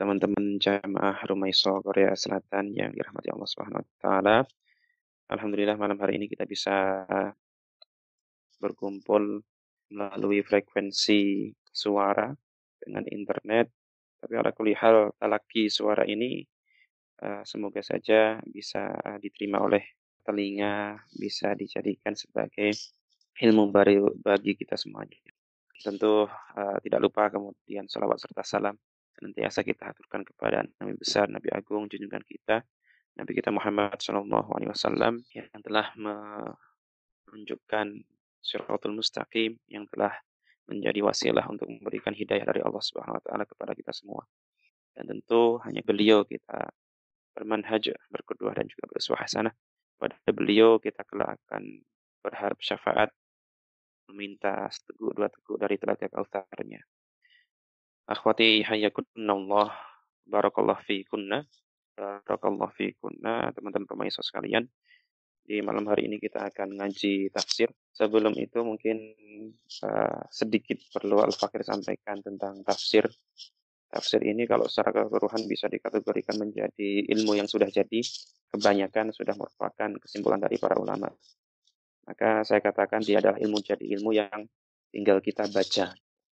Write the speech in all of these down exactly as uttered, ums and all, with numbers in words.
teman-teman jamaah Rumaisho Korea Selatan yang dirahmati Allah Subhanahu wa taala. Alhamdulillah malam hari ini kita bisa berkumpul melalui frekuensi suara dengan internet. Tapi ala kulli hal talaki suara ini eh, semoga saja bisa eh, diterima oleh telinga, bisa dijadikan sebagai ilmu baru bagi kita semuanya. Tentu eh, tidak lupa kemudian salawat serta salam senantiasa kita aturkan kepada Nabi besar, Nabi agung, junjungan kita, Nabi kita Muhammad Shallallahu Alaihi Wasallam yang telah menunjukkan Shirathul Mustaqim, yang telah menjadi wasilah untuk memberikan hidayah dari Allah Subhanahu Wa Taala kepada kita semua. Dan tentu hanya beliau kita bermanhaj, berkedua dan juga bersuah hasanah. Pada beliau kita kelak akan berharap syafaat, meminta seteguk dua teguk dari telaga kautsarnya. Akhwati hayyakunallah, barakallahu fiikunna, barakallahu fiikunna, teman-teman pemaisah sekalian. Di malam hari ini kita akan ngaji tafsir. Sebelum itu mungkin uh, sedikit perlu Al-Fakir sampaikan tentang tafsir. Tafsir ini kalau secara keseluruhan bisa dikategorikan menjadi ilmu yang sudah jadi, kebanyakan sudah merupakan kesimpulan dari para ulama. Maka saya katakan dia adalah ilmu jadi ilmu yang tinggal kita baca.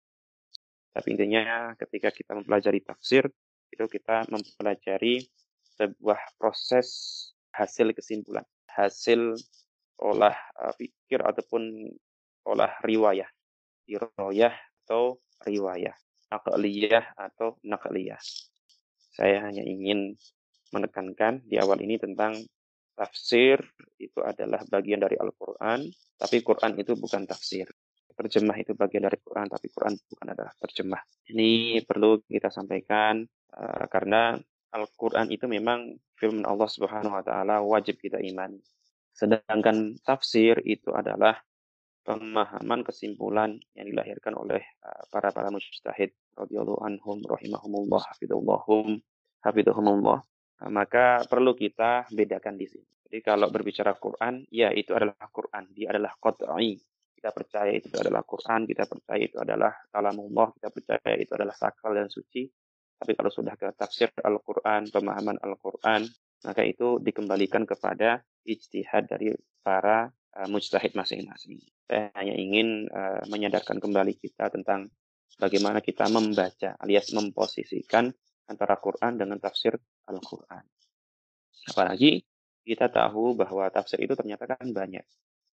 Tapi intinya ketika kita mempelajari tafsir, itu kita mempelajari sebuah proses hasil kesimpulan, hasil olah uh, pikir ataupun olah riwayah, riwayah atau riwayah, naqliyah atau naqliyah. Saya hanya ingin menekankan di awal ini tentang tafsir itu adalah bagian dari Al-Quran, tapi Quran itu bukan tafsir. Terjemah itu bagian dari Quran, tapi Quran bukan adalah terjemah. Ini perlu kita sampaikan uh, karena Al-Quran itu memang firman Allah Subhanahu Wa Taala, wajib kita imani. Sedangkan tafsir itu adalah pemahaman kesimpulan yang dilahirkan oleh uh, para para mujtahid radhiyallahu anhum rahimahumullah hafidhallahum hafidhahumullah. Uh, maka perlu kita bedakan di sini. Jadi kalau berbicara Quran, ya itu adalah Quran, dia adalah qat'i. Kita percaya itu adalah Quran, kita percaya itu adalah kalamullah, kita percaya itu adalah sakral dan suci. Tapi kalau sudah ke tafsir Al-Quran, pemahaman Al-Quran, maka itu dikembalikan kepada ijtihad dari para uh, mujtahid masing-masing. Saya hanya ingin uh, menyadarkan kembali kita tentang bagaimana kita membaca alias memposisikan antara Quran dengan tafsir Al-Quran. Apalagi kita tahu bahwa tafsir itu ternyata kan banyak.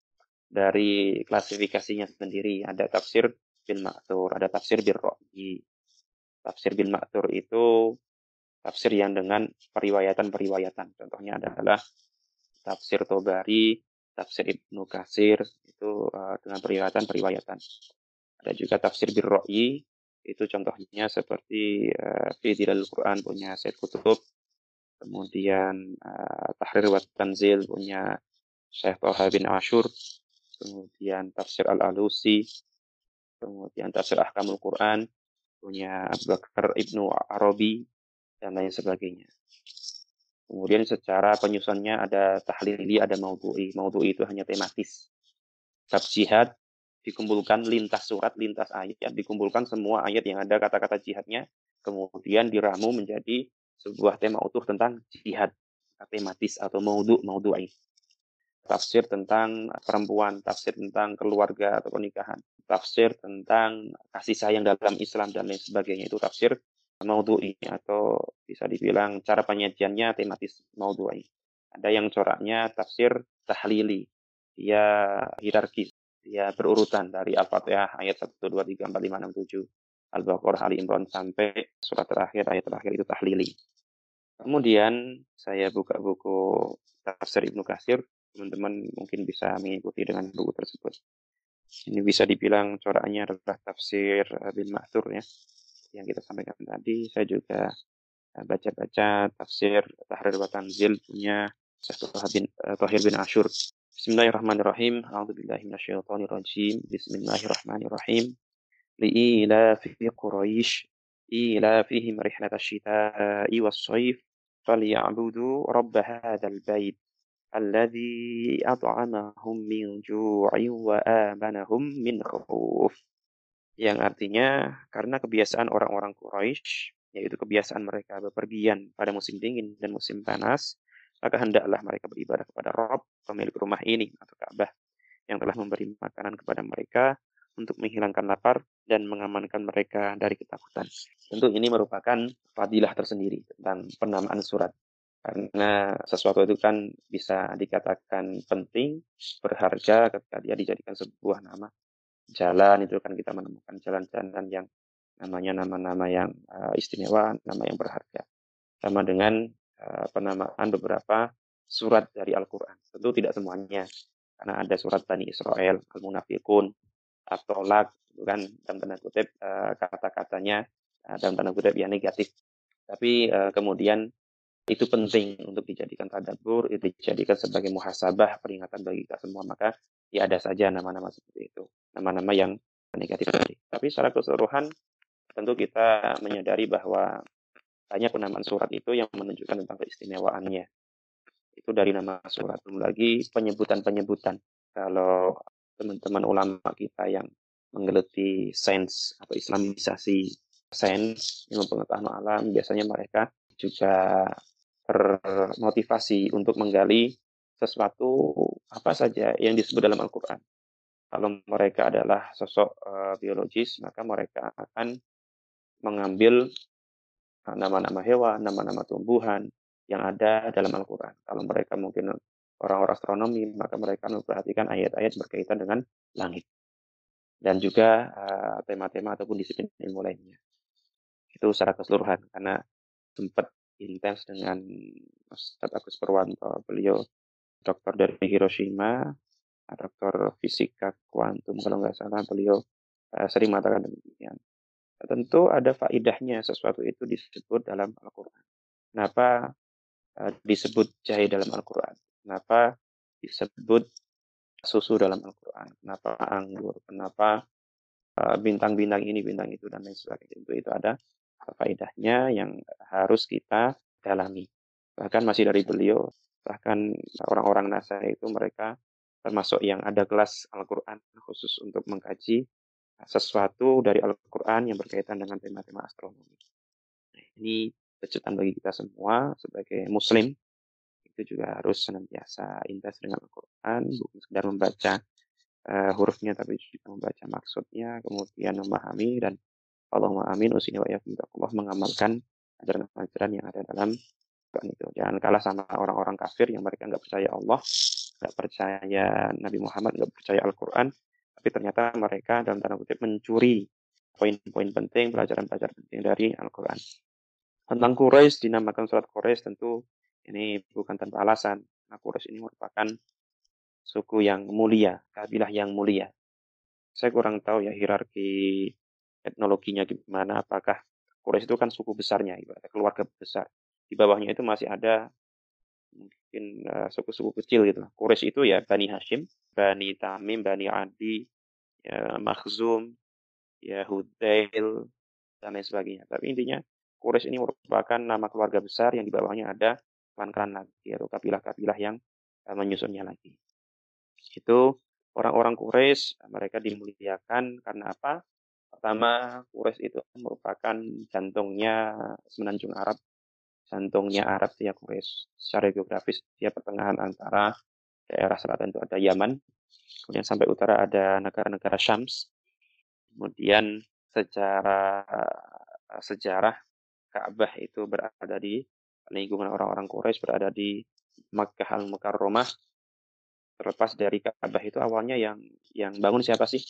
Dari klasifikasinya sendiri, ada tafsir bil ma'thur, ada tafsir bil ra'yi. Tafsir bil ma'thur itu tafsir yang dengan periwayatan-periwayatan. Contohnya adalah tafsir Tobari, tafsir Ibnu Katsir, itu uh, dengan periwayatan-periwayatan. Ada juga tafsir bil ra'yi, itu contohnya seperti uh, fi Dhilal Quran punya Said Qutb, kemudian uh, Tahrir wa Tanzil punya Syekh Thaha bin Ashur, kemudian tafsir Al-Alusi, kemudian tafsir Ahkamul Quran punya Abu Bakar Ibnu Arabi, dan lain sebagainya. Kemudian secara penyusunnya ada tahlili, ada maudhu'i. Maudhu'i itu hanya tematis. Bab jihad dikumpulkan lintas surat, lintas ayat, dikumpulkan semua ayat yang ada kata-kata jihadnya, kemudian diramu menjadi sebuah tema utuh tentang jihad, tematis atau maudhu' maudhu'i. Tafsir tentang perempuan, tafsir tentang keluarga atau pernikahan, tafsir tentang kasih sayang dalam Islam dan lain sebagainya, itu tafsir maudhu'i atau bisa dibilang cara penyajiannya tematis maudhu'i. Ada yang coraknya tafsir tahlili, dia hierarkis, dia berurutan dari Al-Fatihah ayat satu, dua, tiga, empat, lima, enam, tujuh, Al-Baqarah, Ali Imran sampai surat terakhir, ayat terakhir itu tahlili. Kemudian saya buka buku tafsir Ibnu Katsir, teman-teman mungkin bisa mengikuti dengan buku tersebut. Ini bisa dibilang coraknya adalah tafsir bil ma'thur ya, yang kita sampaikan tadi. Saya juga baca-baca tafsir Tahrir wa Tanzil punya Syekh Thahir bin Ashur. Bismillahirrahmanirrahim. A'udzubillahi minasyaitonirrajim. Bismillahirrahmanirrahim. Li'ilafi Quraisy ilafihim rihlatash shita'i was-shayf falya'budu rabb hadzal bait alladzi at'amahum min ju'in wa amanahum min khauf. Yang artinya karena kebiasaan orang-orang Quraisy yaitu kebiasaan mereka bepergian pada musim dingin dan musim panas, maka hendaklah mereka beribadah kepada Rabb, pemilik rumah ini atau Ka'bah, yang telah memberi makanan kepada mereka untuk menghilangkan lapar dan mengamankan mereka dari ketakutan. Tentu ini merupakan fadilah tersendiri tentang penamaan surat. Karena sesuatu itu kan bisa dikatakan penting, berharga ketika dia dijadikan sebuah nama. Jalan itu kan kita menemukan jalan-jalan yang namanya nama-nama yang uh, istimewa, nama yang berharga. Sama dengan uh, penamaan beberapa surat dari Al-Quran. Tentu tidak semuanya, karena ada surat Bani Israel, Al-Munafiqun, At-Tolak, itu kan dalam tanda kutip uh, kata-katanya uh, dalam tanda kutip yang negatif. Tapi uh, kemudian itu penting untuk dijadikan tadabbur, itu dijadikan sebagai muhasabah, peringatan bagi kita semua. Maka ya ada saja nama-nama seperti itu, nama-nama yang negatif tadi. Tapi secara keseluruhan tentu kita menyadari bahwa banyak penamaan surat itu yang menunjukkan tentang keistimewaannya. Itu dari nama surat, belum lagi penyebutan-penyebutan. Kalau teman-teman ulama kita yang menggeluti sains atau islamisasi sains, ilmu pengetahuan alam, biasanya mereka juga termotivasi untuk menggali sesuatu apa saja yang disebut dalam Al-Quran. Kalau mereka adalah sosok uh, biologis, maka mereka akan mengambil nama-nama hewan, nama-nama tumbuhan yang ada dalam Al-Quran. Kalau mereka mungkin orang-orang astronomi, maka mereka memperhatikan ayat-ayat berkaitan dengan langit. Dan juga uh, tema-tema ataupun disiplin ilmu lainnya. Itu secara keseluruhan, karena sempat intens dengan Ustadz Agus Purwanto. Beliau dokter dari Hiroshima, dokter fisika kuantum kalau nggak salah. Beliau uh, sering mengatakan demikian. Tentu ada faidahnya sesuatu itu disebut dalam Al-Quran. Kenapa uh, disebut jahe dalam Al-Quran? Kenapa disebut susu dalam Al-Quran? Kenapa anggur? Kenapa uh, bintang-bintang ini, bintang itu, dan lain sebagainya. Itu, itu ada faedahnya yang harus kita dalami. Bahkan masih dari beliau, bahkan orang-orang NASA itu mereka termasuk yang ada kelas Al-Quran khusus untuk mengkaji sesuatu dari Al-Quran yang berkaitan dengan tema-tema astronomi. Nah, ini pecutan bagi kita semua sebagai Muslim. Itu juga harus senantiasa intens dengan Al-Quran, bukan sekedar membaca uh, hurufnya, tapi juga membaca maksudnya, kemudian memahami, dan Allahumma amin, usini wa yakum, Allah mengamalkan ajaran-ajaran yang ada dalam Quran itu. Jangan kalah sama orang-orang kafir yang mereka nggak percaya Allah, nggak percaya Nabi Muhammad, nggak percaya Al-Quran, tapi ternyata mereka dalam tanda kutip mencuri poin-poin penting, pelajaran-pelajaran penting dari Al-Quran. Tentang Quraisy, dinamakan surat Quraisy, tentu ini bukan tanpa alasan. Nah, Quraisy ini merupakan suku yang mulia, kabilah yang mulia. Saya kurang tahu ya hierarki etnologinya gimana, apakah Quraisy itu kan suku besarnya, ibaratnya keluarga besar. Di bawahnya itu masih ada mungkin uh, suku-suku kecil gitu. Quraisy itu ya Bani Hashim, Bani Tamim, Bani Adi, ya Makhzum, ya Hudzail, dan lain sebagainya. Tapi intinya Quraisy ini merupakan nama keluarga besar yang di bawahnya ada klan-klan lagi atau kabilah-kabilah yang uh, menyusunnya lagi. Itu orang-orang Quraisy, mereka dimuliakan karena apa? Pertama, Quraisy itu merupakan jantungnya semenanjung Arab. Jantungnya Arab ya Quraisy. Secara geografis dia pertengahan antara daerah selatan itu ada Yaman, kemudian sampai utara ada negara-negara Syams. Kemudian secara sejarah Ka'bah itu berada di lingkungan orang-orang Quraisy, berada di Makkah Al-Mukarramah. Terlepas dari Ka'bah itu awalnya yang yang bangun siapa sih?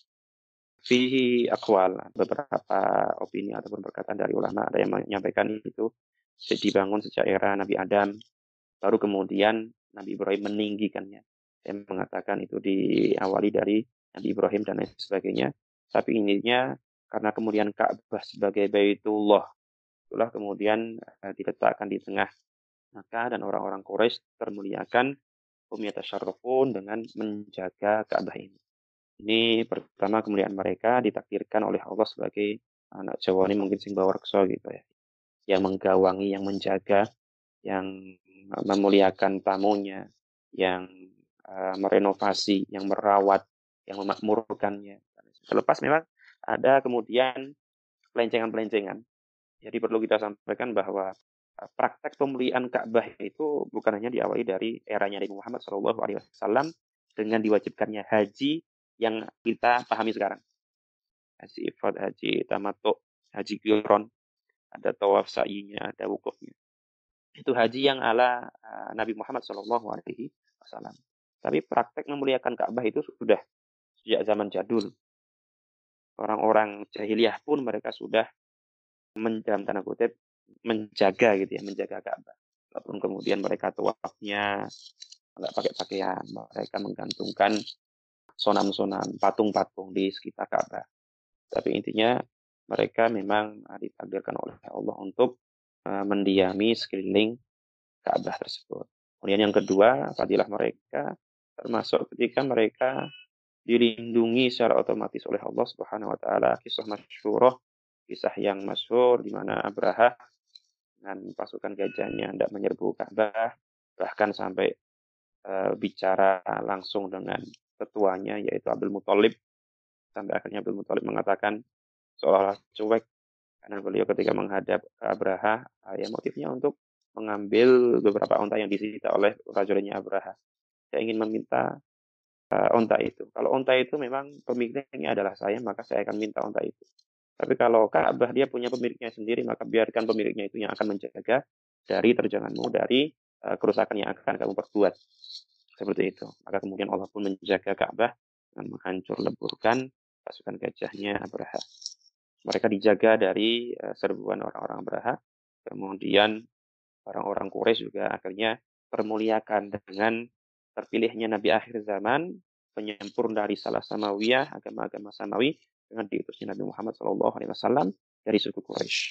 Fihi akwal, beberapa opini ataupun perkataan dari ulama, ada yang menyampaikan itu dibangun sejak era Nabi Adam, baru kemudian Nabi Ibrahim meninggikannya. Yang mengatakan itu diawali dari Nabi Ibrahim dan lain sebagainya. Tapi ininya karena kemudian Ka'bah sebagai Baitullah, itulah kemudian uh, diletakkan di tengah Makkah, dan orang-orang Quraisy termuliakan hum yatasyarrafun dengan menjaga Ka'bah ini. Ini pertama kemuliaan mereka ditakdirkan oleh Allah sebagai anak Jawa ini mungkin sing bawa reksa gitu ya. Yang menggawangi, yang menjaga, yang memuliakan tamunya, yang uh, merenovasi, yang merawat, yang memakmurkannya. Terlepas memang ada kemudian pelencengan-pelencengan. Jadi perlu kita sampaikan bahwa, eee, praktek pemulihan Ka'bah itu bukan hanya diawali dari eranya Nabi Muhammad shallallahu alaihi wasallam dengan diwajibkannya haji yang kita pahami sekarang. Haji ifrad, haji tamattu, haji qiron, ada tawaf sa'yinya, ada wukufnya. Itu haji yang ala, eee, Nabi Muhammad shallallahu alaihi wasallam. Tapi praktek memuliakan Ka'bah itu sudah sejak zaman jadul. Orang-orang jahiliyah pun mereka sudah men dalam tanda kutip, menjaga gitu ya, menjaga Ka'bah. Walaupun kemudian mereka tawafnya nggak pakai pakaian, mereka menggantungkan sonam-sonam, patung-patung di sekitar Ka'bah. Tapi intinya mereka memang uh, ditakdirkan oleh Allah untuk uh, mendiami sekeliling Ka'bah tersebut. Kemudian yang kedua, fadilah mereka termasuk ketika mereka dilindungi secara otomatis oleh Allah Subhanahu wa taala. Kisah masyhurah, kisah yang masyhur di mana Abraha dengan pasukan gajahnya hendak menyerbu Ka'bah, bahkan sampai uh, bicara langsung dengan ketuanya yaitu Abdul Muthalib, sampai akhirnya Abdul Muthalib mengatakan seolah-olah cuek karena beliau ketika menghadap ke Abraha, uh, ya motifnya untuk mengambil beberapa onta yang disita oleh prajuritnya Abraha. Saya ingin meminta uh, onta itu. Kalau onta itu memang pemiliknya adalah saya, maka saya akan minta onta itu. Tapi kalau Ka'bah dia punya pemiliknya sendiri, maka biarkan pemiliknya itu yang akan menjaga dari terjanganmu, dari uh, kerusakan yang akan kamu perbuat. Seperti itu. Maka kemudian Allah pun menjaga Ka'bah dengan menghancur leburkan pasukan gajahnya Abraha. Mereka dijaga dari uh, serbuan orang-orang Abraha. Kemudian orang-orang Quraisy juga akhirnya termuliakan dengan terpilihnya Nabi akhir zaman, penyempurna dari salah samawiyah, agama-agama samawi, dengan diutusnya Nabi Muhammad shallallahu alaihi wasallam dari suku Quraisy.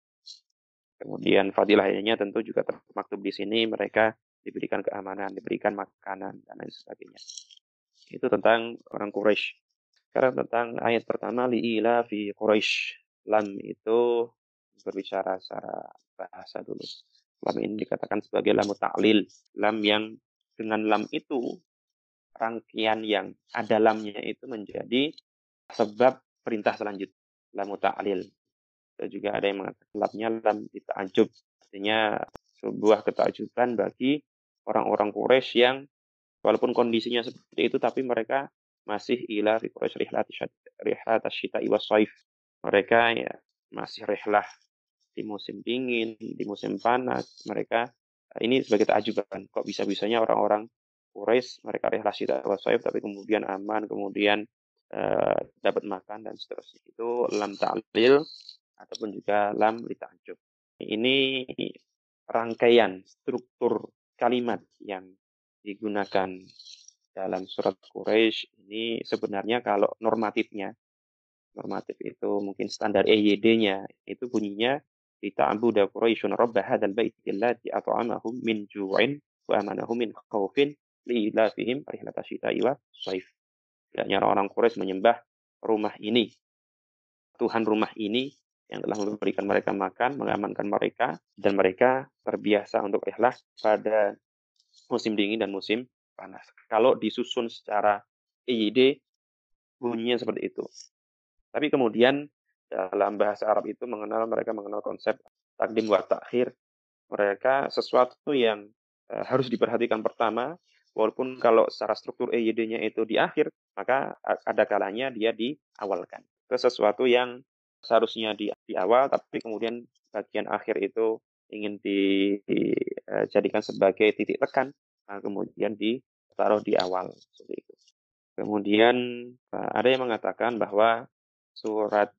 Kemudian fadilahnya tentu juga termaktub di sini, mereka diberikan keamanan, diberikan makanan, dan lain sebagainya. Itu tentang orang Quraisy. Sekarang tentang ayat pertama, li'ila fi Quraisy. Lam itu berbicara secara bahasa dulu. Lam ini dikatakan sebagai lam ta'lil. Lam yang dengan lam itu, rangkaian yang ada lamnya itu menjadi sebab perintah selanjutnya. Lam ta'lil. Juga ada yang mengatakan lamnya lam ta'ajub. Artinya sebuah ketakjuban bagi orang-orang Quraisy yang walaupun kondisinya seperti itu, tapi mereka masih ila fi Quraisy rihlat asyita'i was-shaif. Mereka ya masih rihlah di musim dingin, di musim panas. Mereka ini sebagai takjuban. Kok bisa-bisanya orang-orang Quraisy mereka rihlah syita'i was-shaif tapi kemudian aman, kemudian uh, dapat makan dan seterusnya. Itu lam ta'lil ataupun juga lam li ta'jub. Ini rangkaian struktur kalimat yang digunakan dalam surat Quraisy ini sebenarnya kalau normatifnya, normatif itu mungkin standar E Y D-nya itu bunyinya lita'budu Quraisyun rabb hadzal baiti allati at'amahum min ju'in wa amanahum min khaufin liilafihim rihlata syita'i wa shaif. Hendaknya orang Quraisy menyembah rumah ini, Tuhan rumah ini yang telah memberikan mereka makan, mengamankan mereka, dan mereka terbiasa untuk ikhlas pada musim dingin dan musim panas. Kalau disusun secara E Y D, bunyinya seperti itu. Tapi kemudian dalam bahasa Arab itu mengenal mereka mengenal konsep takdim wa takhir. Mereka sesuatu yang uh, harus diperhatikan pertama, walaupun kalau secara struktur E Y D-nya itu di akhir, maka ada kalanya dia diawalkan. Ke sesuatu yang seharusnya di, di awal, tapi kemudian bagian akhir itu ingin dijadikan sebagai titik tekan, nah, kemudian ditaruh di awal seperti itu. Kemudian ada yang mengatakan bahwa surat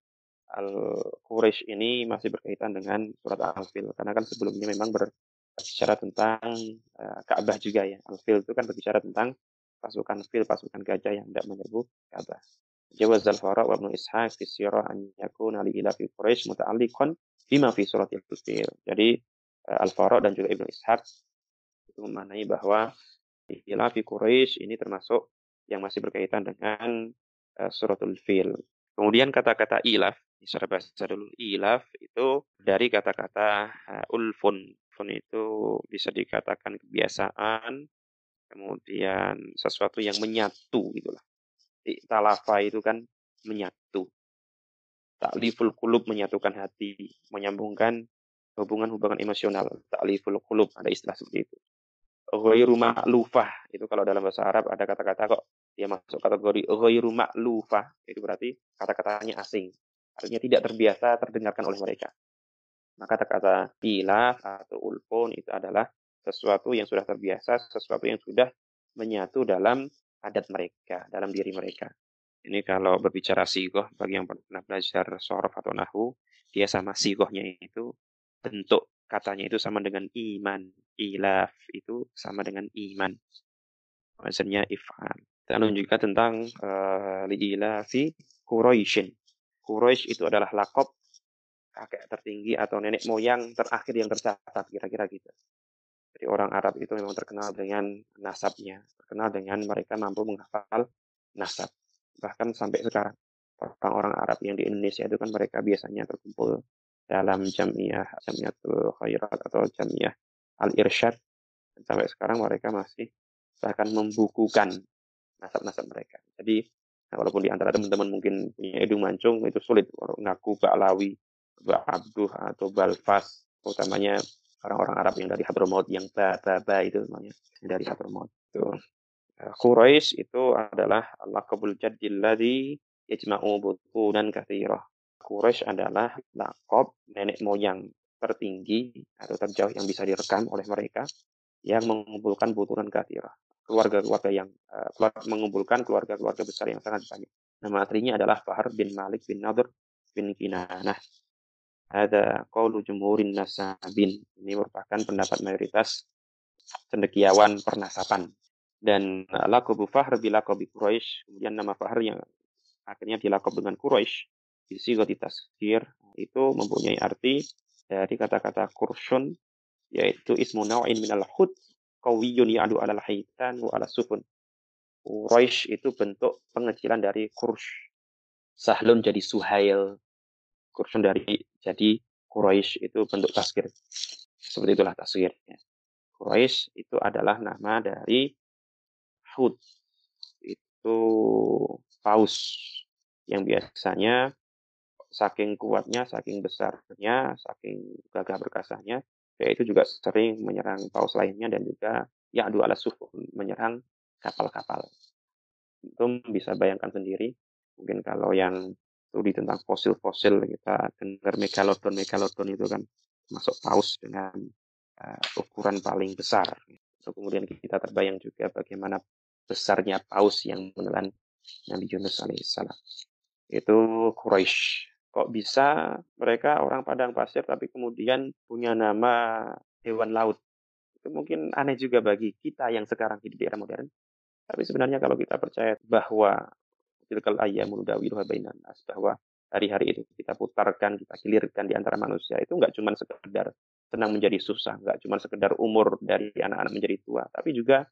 Al-Quraisy ini masih berkaitan dengan surat Al-Fil karena kan sebelumnya memang berbicara tentang uh, Ka'bah juga ya. Al-Fil itu kan berbicara tentang pasukan fil, pasukan gajah yang hendak menyerbu Ka'bah. Jawaz al-Fara wa Ibnu Ishaq fi sirah an yakuna li ila fi Quraisy muta'alliqan bima fi surat Al-Fil. Jadi uh, Al-Fara dan juga Ibnu Ishaq itu memaknai bahwa ila fi Quraisy ini termasuk yang masih berkaitan dengan uh, suratul Fil. Kemudian kata-kata ilaf, secara bahasa dulu, ilaf itu dari kata-kata uh, ulfun. Ulfun itu bisa dikatakan kebiasaan, kemudian sesuatu yang menyatu gitulah. Talafa itu kan menyatu. Ta'liful qulub, menyatukan hati, menyambungkan hubungan-hubungan emosional. Ta'liful qulub, ada istilah seperti itu. Ghairu ma'lufah, itu kalau dalam bahasa Arab ada kata-kata kok dia masuk kategori ghairu ma'lufah, itu berarti kata-katanya asing. Artinya tidak terbiasa terdengarkan oleh mereka. Maka kata-kata ilaf atau ulfun itu adalah sesuatu yang sudah terbiasa, sesuatu yang sudah menyatu dalam adat mereka, dalam diri mereka. Ini kalau berbicara sigoh, bagi yang pernah belajar sorof atau nahu, dia sama sigohnya itu, bentuk katanya itu sama dengan iman. Ilaf itu sama dengan iman. Maksudnya if'al. Kita menunjukkan tentang uh, li'ilafi Quraisyin. Quraisy itu adalah lakob kakek tertinggi atau nenek moyang terakhir yang tercatat, kira-kira gitu. Jadi orang Arab itu memang terkenal dengan nasabnya, terkenal dengan mereka mampu menghafal nasab. Bahkan sampai sekarang, orang-orang Arab yang di Indonesia itu kan mereka biasanya terkumpul dalam jamiah, jamiatul khairat atau jamiah al-irsyad. Sampai sekarang mereka masih bahkan membukukan nasab-nasab mereka. Jadi, nah, walaupun di antara teman-teman mungkin punya hidung mancung, itu sulit kalau ngaku Ba'lawi, Ba'abduh, atau Balfas, utamanya orang-orang Arab yang dari Hadramaut, yang ba-ba-ba itu namanya, dari Hadramaut. Itu. Quraisy itu adalah laqabul jaddil ladzi yajma'u butunan katsirah. Quraisy adalah laqab nenek moyang tertinggi atau terjauh yang bisa direkam oleh mereka yang mengumpulkan butunan katsirah. Keluarga-keluarga yang uh, mengumpulkan keluarga-keluarga besar yang sangat banyak. Nama aslinya adalah Fahr bin Malik bin Nadhr bin Kinanah. Ada qaulu jumhurin nasabin. Ini merupakan pendapat mayoritas cendekiawan pernasaban. Dan laqabu Fahr bi laqabi Quraisy, kemudian nama Fahr yang akhirnya dilaqab dengan Quraisy di sighati tasghir itu mempunyai arti dari kata-kata kursyun, yaitu ismu naw'in minal khut qawiyyun ya'du 'alal haitan wa 'ala sufun. Quraisy itu bentuk pengecilan dari kursh. Sahlun jadi Suhail. Kursyun dari jadi Quraisy itu bentuk tasghir. Seperti itulah tasghirnya. Quraisy itu adalah nama dari Hud, itu paus yang biasanya saking kuatnya, saking besarnya, saking gagah perkasanya, yaitu juga sering menyerang paus lainnya dan juga ya'du 'ala sufun, menyerang kapal-kapal. Itu bisa bayangkan sendiri, mungkin kalau yang studi tentang fosil-fosil kita dengar megalodon, megalodon itu kan masuk paus dengan uh, ukuran paling besar. Kemudian kita terbayang juga bagaimana besarnya paus yang menelan Nabi Yunus alaihissalam. Itu Quraisy. Kok bisa mereka orang padang pasir tapi kemudian punya nama hewan laut? Itu mungkin aneh juga bagi kita yang sekarang hidup di era modern. Tapi sebenarnya kalau kita percaya bahwa tilkal ayyamul dawiluha bainan nas, bahwa hari-hari itu kita putarkan, kita gilirkan di antara manusia, itu nggak cuma sekedar senang menjadi susah, nggak cuma sekedar umur dari anak-anak menjadi tua, tapi juga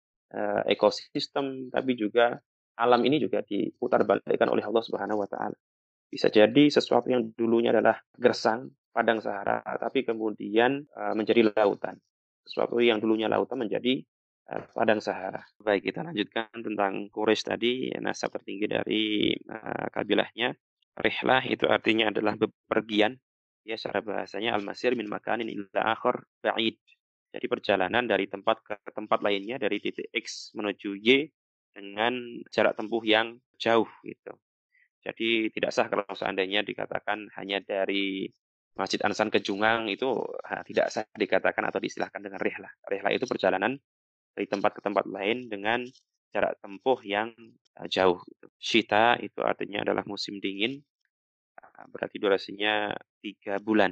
uh, ekosistem, tapi juga alam ini juga diputar balikkan oleh Allah Subhanahu wa taala. Bisa jadi sesuatu yang dulunya adalah gersang, padang Sahara, tapi kemudian uh, menjadi lautan. Sesuatu yang dulunya lautan menjadi uh, padang Sahara. Baik, kita lanjutkan tentang Quraisy tadi, nasab tertinggi dari uh, kabilahnya. Rihlah itu artinya adalah bepergian. Ya, secara bahasanya al-masir min makanin ila akhir ba'id. Jadi perjalanan dari tempat ke tempat lainnya, dari titik X menuju Y dengan jarak tempuh yang jauh gitu. Jadi tidak sah kalau seandainya dikatakan hanya dari Masjid Ansan ke Jungang itu ha, tidak sah dikatakan atau diistilahkan dengan rihlah. Rihlah itu perjalanan dari tempat ke tempat lain dengan jarak tempuh yang uh, jauh. Gitu. Syita itu artinya adalah musim dingin, uh, berarti durasinya tiga bulan.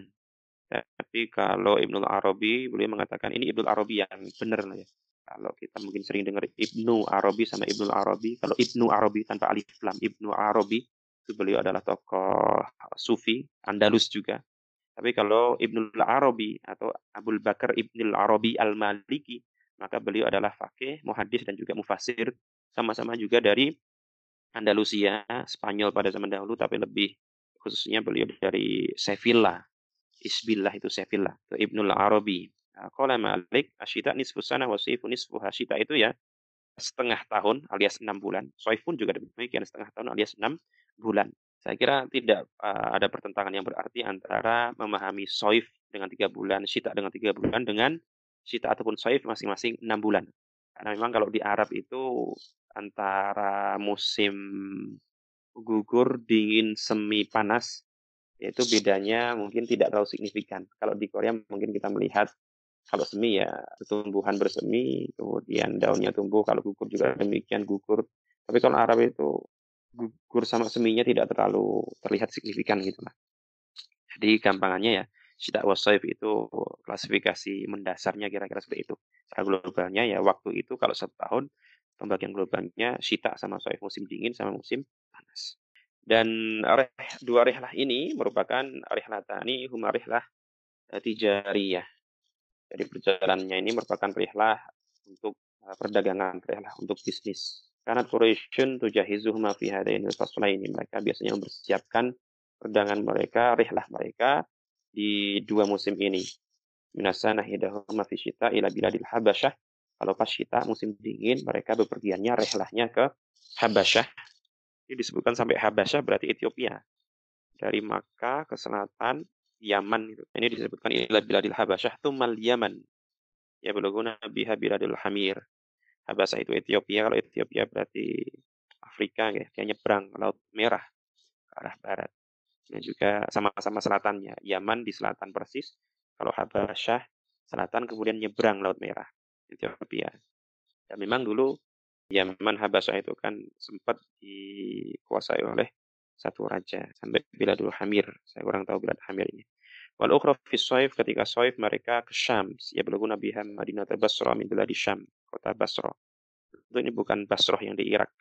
Tapi kalau Ibnul Arabi, beliau mengatakan ini Ibnul Arabi yang benar lah ya. Kalau kita mungkin sering dengar Ibnu Arabi sama Ibnul Arabi, kalau Ibnu Arabi tanpa alif lam, Ibnu Arabi itu beliau adalah tokoh sufi Andalus juga. Tapi kalau Ibnul Arabi atau Abul Bakar Ibnul Arabi Al-Maliki, maka beliau adalah fakih, muhaddis dan juga mufassir, sama-sama juga dari Andalusia, Spanyol pada zaman dahulu, tapi lebih khususnya beliau dari Sevilla. Isbillah itu Sevilla, itu Ibnul Arabi. Qala Malik, asyita nisfu sana wa sayfu nisfu hasyita itu ya setengah tahun alias enam bulan. Soif pun juga demikian setengah tahun alias enam bulan. Saya kira tidak, eee, ada pertentangan yang berarti antara memahami shaif dengan tiga bulan, syita dengan tiga bulan, dengan syita ataupun shaif masing-masing enam bulan. Karena memang kalau di Arab itu antara musim gugur, dingin, semi, panas, itu bedanya mungkin tidak terlalu signifikan. Kalau di Korea mungkin kita melihat kalau semi ya tumbuhan bersemi, kemudian daunnya tumbuh, kalau gugur juga demikian gugur. Tapi kalau Arab itu gugur sama seminya tidak terlalu terlihat signifikan gitu, Mas. Jadi gampangannya ya, syita wa shaif itu klasifikasi mendasarnya kira-kira seperti itu. Secara globalnya ya waktu itu kalau satu tahun, pembagian globalnya syita sama shaif, musim dingin sama musim panas. Dan reh dua rihlah ini merupakan rihlatani huma rihlah, eee, tijariyah. Jadi perjalanannya ini merupakan rihlah untuk, eee, perdagangan, rihlah untuk bisnis. Kanat Quraisyun tujahizuhu ma fi hadainil faslaini. Mereka biasanya mempersiapkan perdagangan mereka, rihlah mereka di dua musim ini. Minas sanah idahuma fi syita ila biladil Habasyah. Kalau pas syita musim dingin, mereka bepergiannya rihlahnya ke Habasyah. Ini disebutkan sampai Habasyah berarti Ethiopia. Dari Makkah ke selatan Yaman itu. Ini disebutkan ila biladil Habasyah tumal Yaman. Yabluguna biha biladil Hamir. Habasyah itu Ethiopia, kalau Ethiopia berarti Afrika ya, dia nyebrang Laut Merah ke arah barat. Dan juga sama-sama selatannya, Yaman di selatan persis, kalau Habasyah selatan kemudian nyebrang Laut Merah, Ethiopia. Dan memang dulu Yaman Habasyah itu kan sempat dikuasai oleh satu raja sampai Biladul Hamir. Saya kurang tahu Bilad Hamir ini. Wal ukhra fi shaif, ketika shaif mereka ke Syam, yabluguna biha Madinah Basra min biladi Syam, kota Basra. Itu ini bukan Basrah yang di Irak.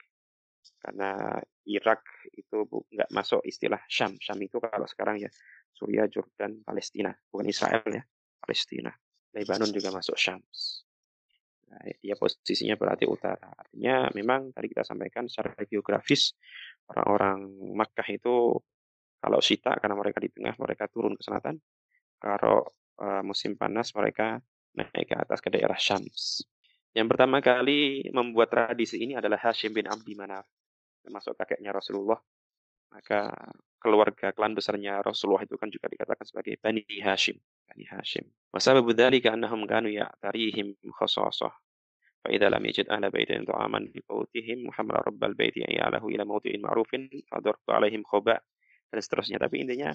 Karena Irak itu bu nggak masuk istilah Syam. Syam itu kalau sekarang ya Suriah, Jordan, Palestina, bukan Israel ya, Palestina. Lebanon juga masuk Syams. Nah, dia posisinya berarti utara. Artinya memang tadi kita sampaikan secara geografis orang-orang Makkah itu kalau syita karena mereka di tengah, mereka turun ke selatan. Kalau uh, musim panas mereka naik ke atas ke daerah Syams. Yang pertama kali membuat tradisi ini adalah Hashim bin Abdi Manaf, termasuk kakeknya Rasulullah. Maka keluarga klan besarnya Rasulullah itu kan juga dikatakan sebagai Bani Hashim. Bani Hashim. Wasababu dzalika annahum kanu ya'tarihim khasasah. Fa idza lam yajid ahla baitin ta'aman bi qawtihim Muhammad rabbal baiti ya'alahu ila mawti'in ma'rufin fadartu alaihim khoba, dan seterusnya. Tapi intinya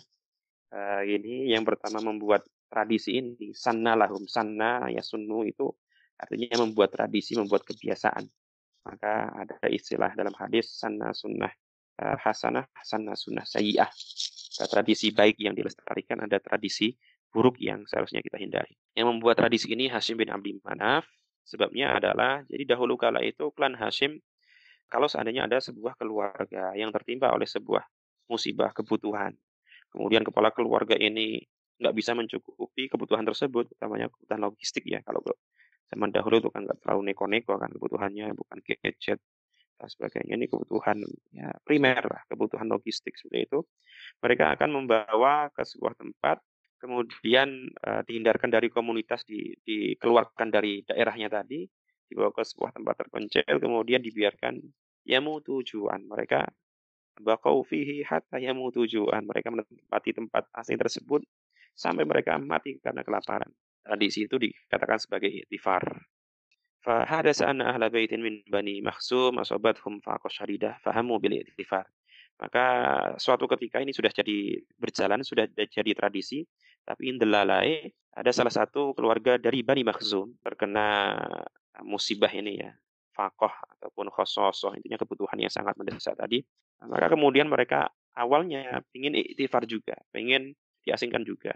uh, ini yang pertama membuat tradisi ini sanna lahum, sanna ya sunnu itu artinya membuat tradisi, membuat kebiasaan. Maka ada istilah dalam hadis sanna sunnah uh, hasanah, sanna sunnah sayyi'ah. Ada tradisi baik yang dilestarikan, ada tradisi buruk yang seharusnya kita hindari. Yang membuat tradisi ini Hashim bin Abdi Manaf, sebabnya adalah jadi dahulu kala itu klan Hashim, kalau seandainya ada sebuah keluarga yang tertimpa oleh sebuah musibah, kebutuhan, kemudian kepala keluarga ini nggak bisa mencukupi kebutuhan tersebut, utamanya kebutuhan logistik ya. Kalau zaman dahulu itu kan nggak terlalu neko-neko kan kebutuhannya, bukan gadget dan sebagainya. Ini kebutuhan ya primer lah, kebutuhan logistik seperti itu. Mereka akan membawa ke sebuah tempat, kemudian uh, dihindarkan dari komunitas, di, dikeluarkan dari daerahnya tadi, dibawa ke sebuah tempat terpencil, kemudian dibiarkan yamutu ju'an. Mereka baqau fihi hatta yamutu ju'an. Mereka menempati tempat asing tersebut sampai mereka mati karena kelaparan. Tradisi itu dikatakan sebagai iktifar. Fahadasa anna ahla baitin min bani Makhzum asobathum faqah syadidah fahamu bil iktifar. Maka suatu ketika ini sudah jadi berjalan, sudah jadi tradisi, tapi indelalai ada salah satu keluarga dari Bani Makhzum terkena musibah ini ya, faqah ataupun khososoh, intinya kebutuhan yang sangat mendesak tadi. Maka kemudian mereka awalnya ingin iktifar juga, ingin diasingkan juga.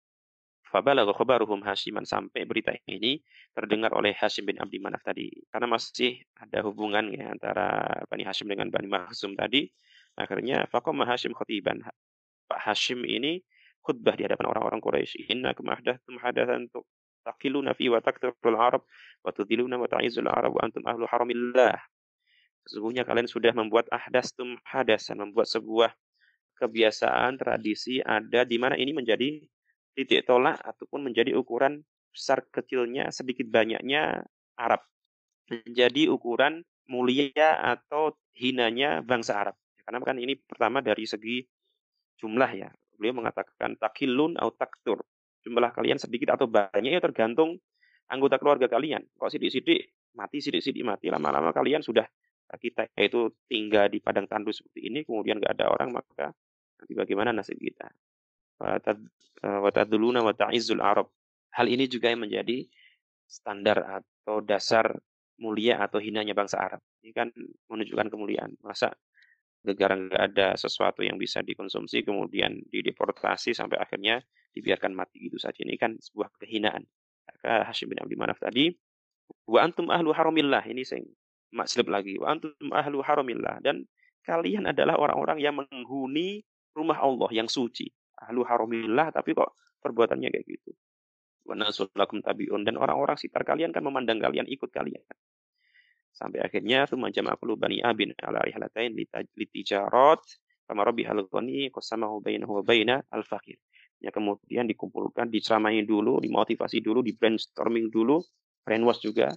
Fabalagha khabaruhum Hasyiman, sampai berita ini terdengar oleh Hashim bin Abdi Manaf tadi. Karena masih ada hubungan ya antara Bani Hashim dengan Bani Makhzum tadi. Akhirnya faqama Hashim khatiban. Pak Hashim ini khutbah di hadapan orang-orang Quraisy. Innakum ahdathtum hadatsan taqiluna fi wa takthurul Arab wa tudhiluna wa ta'izul Arab wa antum ahlu haramillah. Sesungguhnya kalian sudah membuat ahdastum hadasan, membuat sebuah kebiasaan, tradisi ada di mana ini menjadi titik tolak ataupun menjadi ukuran besar kecilnya, sedikit banyaknya Arab. Menjadi ukuran mulia atau hinanya bangsa Arab. Karena kan ini pertama dari segi jumlah ya. Beliau mengatakan takilun atau taktur. Jumlah kalian sedikit atau banyak ya tergantung anggota keluarga kalian. Kok sidik-sidik mati, sidik-sidik mati, lama-lama kalian sudah kita itu tinggal di padang tandus seperti ini, kemudian nggak ada orang, maka nanti bagaimana nasib kita? Wataduluna wa ta'izzul Arab. Hal ini juga yang menjadi standar atau dasar mulia atau hinanya bangsa Arab. Ini kan menunjukkan kemuliaan. Masa negara nggak ada sesuatu yang bisa dikonsumsi, kemudian dideportasi sampai akhirnya dibiarkan mati gitu saja. Ini kan sebuah kehinaan. Maka Hashim bin Abdul Manaf tadi, wa antum ahlu haramillah. Ini saya makslib lagi. Wa antum ahlu haramillah. Dan kalian adalah orang-orang yang menghuni rumah Allah yang suci. Ahlu haramillah, tapi kok perbuatannya kayak gitu. Wa nasulakum tabi'un. Dan orang-orang sekitar kalian kan memandang kalian, ikut kalian. Sampai akhirnya tuh jama'u bani abin ala rihlatain litijarat kama rabbihal ghani qasamahu bainahu wa baina al-faqir. Ya kemudian dikumpulkan, diceramahi dulu, dimotivasi dulu, di brainstorming dulu, brainwash juga,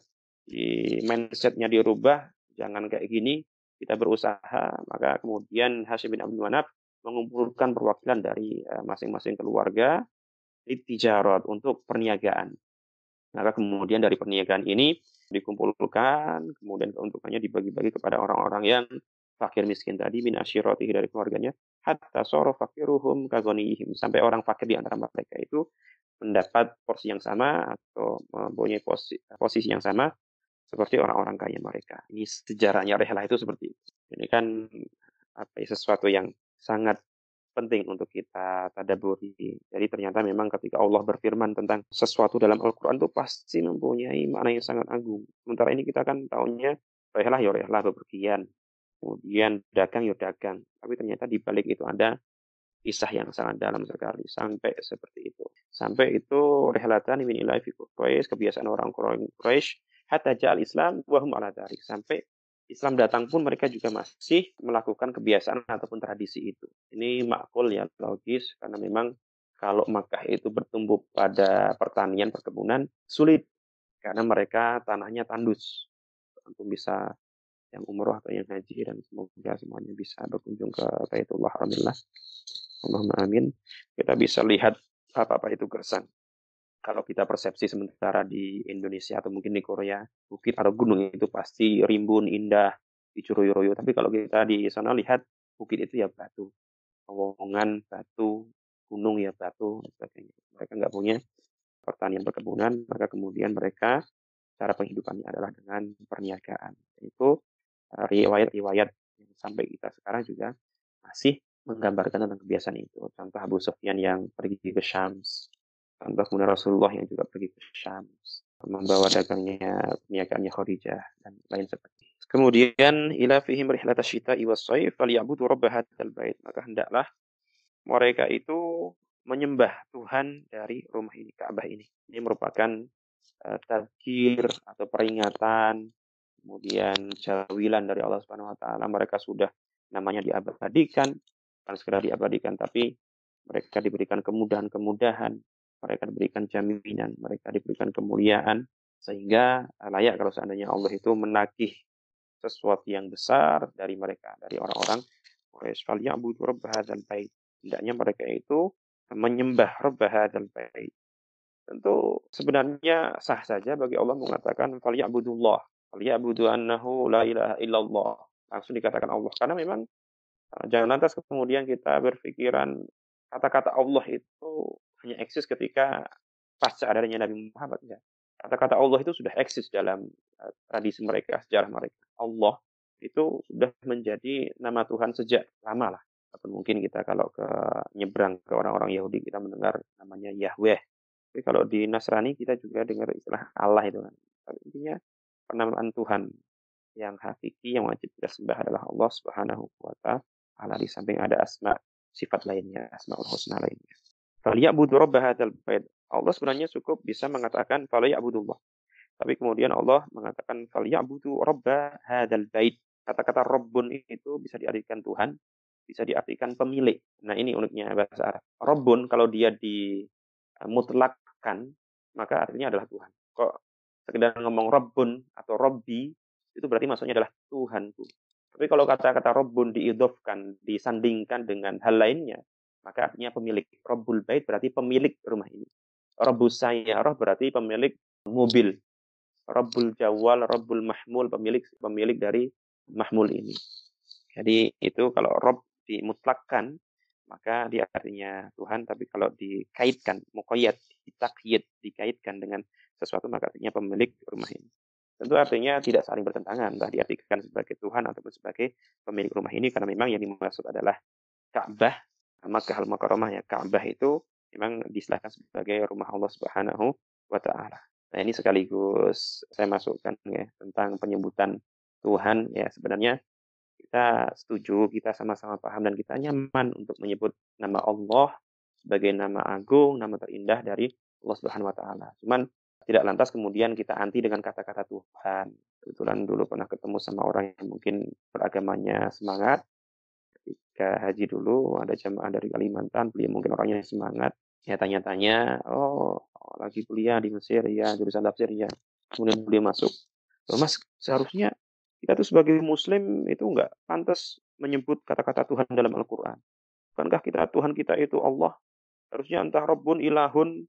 di mindsetnya dirubah, jangan kayak gini, kita berusaha. Maka kemudian Hashim bin Abdul Manaf mengumpulkan perwakilan dari masing-masing keluarga litijarat untuk perniagaan. Maka kemudian dari perniagaan ini dikumpulkan, kemudian keuntungannya dibagi-bagi kepada orang-orang yang fakir miskin tadi, min asyiratihi dari keluarganya, hatta soro fakiruhum kagonihim, sampai orang fakir di antara mereka itu mendapat porsi yang sama atau mempunyai posisi, posisi yang sama seperti orang-orang kaya mereka. Ini sejarahnya rehlah itu seperti itu. Ini kan apa ya, sesuatu yang sangat penting untuk kita tadabburi. Jadi ternyata memang ketika Allah berfirman tentang sesuatu dalam Al-Quran itu pasti mempunyai makna yang sangat agung. Sementara ini kita kan tahunya rehlah ya rehlah, bepergian. Kemudian dagang ya dagang. Tapi ternyata di balik itu ada kisah yang sangat dalam sekali. Sampai seperti itu. Sampai itu rehlatan min ilahi fi Quraisy, kebiasaan orang Quraisy, hatta ja'al Islam wa hum ala dzalik. Sampai Islam datang pun mereka juga masih melakukan kebiasaan ataupun tradisi itu. Ini makul ya, logis, karena memang kalau Makkah itu bertumbuh pada pertanian, perkebunan, sulit. Karena mereka tanahnya tandus. Untuk bisa yang umroh atau yang haji, dan semoga semuanya bisa berkunjung ke Baitullah, alhamdulillah. Allahumma amin. Kita bisa lihat apa-apa itu gersang. Kalau kita persepsi sementara di Indonesia atau mungkin di Korea, bukit atau gunung itu pasti rimbun, indah, dicuruyu-ruyu. Tapi kalau kita di sana lihat, bukit itu ya batu. Pegunungan, batu, gunung ya batu, dan sebagainya. Mereka nggak punya pertanian perkebunan, maka kemudian mereka, cara penghidupannya adalah dengan perniagaan. Itu uh, riwayat-riwayat yang sampai kita sekarang juga masih menggambarkan tentang kebiasaan itu. Contoh Abu Sufyan yang pergi ke Syams. Contoh kemudian Rasulullah yang juga pergi ke Syams, membawa dagangnya, perniagaannya Khadijah, dan lain sebagainya. Kemudian ila fihim rihlata syita'i was-shaif falyabudu rabb hadzal bait. Maka hendaklah mereka itu menyembah Tuhan dari rumah ini, Ka'bah ini. Ini merupakan uh, tadzkir atau peringatan, kemudian jawilan dari Allah Subhanahu wa taala. Mereka sudah namanya diabadikan, bukan sekedar diabadikan, tapi mereka diberikan kemudahan-kemudahan, mereka diberikan jaminan, mereka diberikan kemuliaan, sehingga layak kalau seandainya Allah itu menagih sesuatu yang besar dari mereka, dari orang-orang Quraisy. Falyabudu rabb hadzal bait. Hendaknya mereka itu menyembah rabb hadzal bait. Tentu sebenarnya sah saja bagi Allah mengatakan falyabudullah, falyabudu annahu la ilaha illallah. Langsung dikatakan Allah, karena memang jangan lantas kemudian kita berpikiran kata-kata Allah itu hanya eksis ketika pasca adanya Nabi Muhammad. Ya. Kata-kata Allah itu sudah eksis dalam uh, tradisi mereka, sejarah mereka. Allah itu sudah menjadi nama Tuhan sejak lama lah. Atau mungkin kita kalau ke nyebrang ke orang-orang Yahudi, kita mendengar namanya Yahweh. Tapi kalau di Nasrani kita juga dengar istilah Allah itu kan. Tapi intinya penamaan Tuhan yang hakiki yang wajib kita sembah adalah Allah Subhanahu wa taala, di samping ada asma sifat lainnya, asmaul husna lainnya. Falyabudu rabb hadzal bait. Allah sebenarnya cukup bisa mengatakan falyabudullah. Tapi kemudian Allah mengatakan falyabudu rabb hadzal bait. Kata-kata Rabbun itu bisa diartikan Tuhan, bisa diartikan pemilik. Nah, ini uniknya bahasa Arab. Rabbun kalau dia dimutlakkan, maka artinya adalah Tuhan. Kok sekedar ngomong Rabbun atau Robbi, itu berarti maksudnya adalah Tuhanku. Tapi kalau kata-kata Rabbun diidhofkan, disandingkan dengan hal lainnya, maka artinya pemilik. Rabbul bait berarti pemilik rumah ini. Rabbus sayyarah berarti pemilik mobil. Rabbul jawal, Rabbul mahmul, pemilik pemilik dari mahmul ini. Jadi itu kalau Rabb dimutlakkan, maka dia artinya Tuhan, tapi kalau dikaitkan, muqayyad, ditakyid, dikaitkan dengan sesuatu, maka artinya pemilik rumah ini. Tentu artinya tidak saling bertentangan, entah diartikan sebagai Tuhan ataupun sebagai pemilik rumah ini, karena memang yang dimaksud adalah Ka'bah, Makkah al-Mukarramah ya. Ka'bah itu memang diistilahkan sebagai rumah Allah Subhanahu wa taala. Nah, ini sekaligus saya masukkan ya tentang penyebutan Tuhan ya. Sebenarnya kita setuju, kita sama-sama paham dan kita nyaman untuk menyebut nama Allah sebagai nama agung, nama terindah dari Allah Subhanahu wa taala. Cuman tidak lantas kemudian kita anti dengan kata-kata Tuhan. Kebetulan dulu pernah ketemu sama orang yang mungkin beragamanya semangat. Ketika haji dulu ada jamaah dari Kalimantan, beliau mungkin orangnya semangat. Ya tanya-tanya, oh lagi kuliah di Mesir ya, jurusan tafsir ya. Kemudian beliau masuk. Loh, Mas, seharusnya kita tuh sebagai muslim itu enggak pantas menyebut kata-kata Tuhan dalam Al-Qur'an. Bukankah kita Tuhan kita itu Allah? Harusnya entah Rabbun, Ilahun,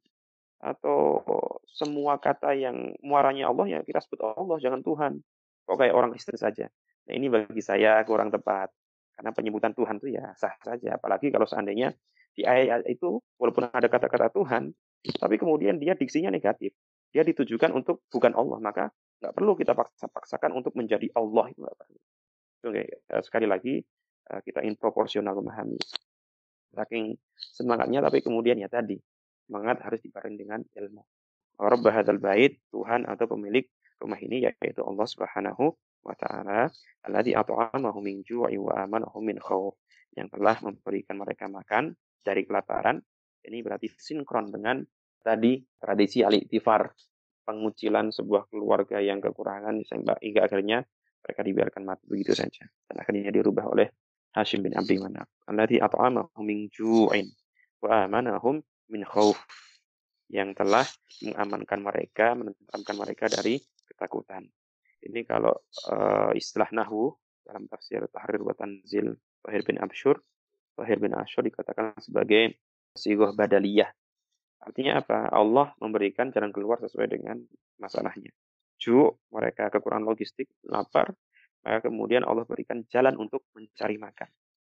atau semua kata yang muaranya Allah ya kita sebut Allah, jangan Tuhan. Kok kayak orang Kristen saja. Nah, ini bagi saya kurang tepat. Karena penyebutan Tuhan itu ya sah saja. Apalagi kalau seandainya di ayat itu walaupun ada kata-kata Tuhan, tapi kemudian dia diksinya negatif. Dia ditujukan untuk bukan Allah, maka nggak perlu kita paksa-paksakan untuk menjadi Allah, itu nggak perlu. Oke, eh, sekali lagi eh, kita ingin proporsional memahami. Saking semangatnya, tapi kemudian ya tadi semangat harus dibarengi dengan ilmu. Rabb hadzal bait, Tuhan atau pemilik rumah ini yaitu Allah Subhanahu wa taala, alladzi at'amahum min ju'i wa amanahum min khauf, yang telah memberikan mereka makan dari kelaparan. Ini berarti sinkron dengan tadi tradisi al-iktifar, pengucilan sebuah keluarga yang kekurangan hingga, hingga akhirnya mereka dibiarkan mati begitu saja. Dan akhirnya dirubah oleh Hashim bin Abdi Manaf. Alladzi at'amahum min ju'in wa amanahum min khauf, yang telah mengamankan mereka, menenteramkan mereka dari ketakutan. Ini kalau uh, istilah nahwu dalam tafsir Tahrir wa Tanzil Tahir bin Absyur, Tahir bin Absyur dikatakan sebagai sighah badaliyah. Artinya apa? Allah memberikan jalan keluar sesuai dengan masalahnya. Ju, mereka kekurangan logistik, lapar, maka kemudian Allah berikan jalan untuk mencari makan.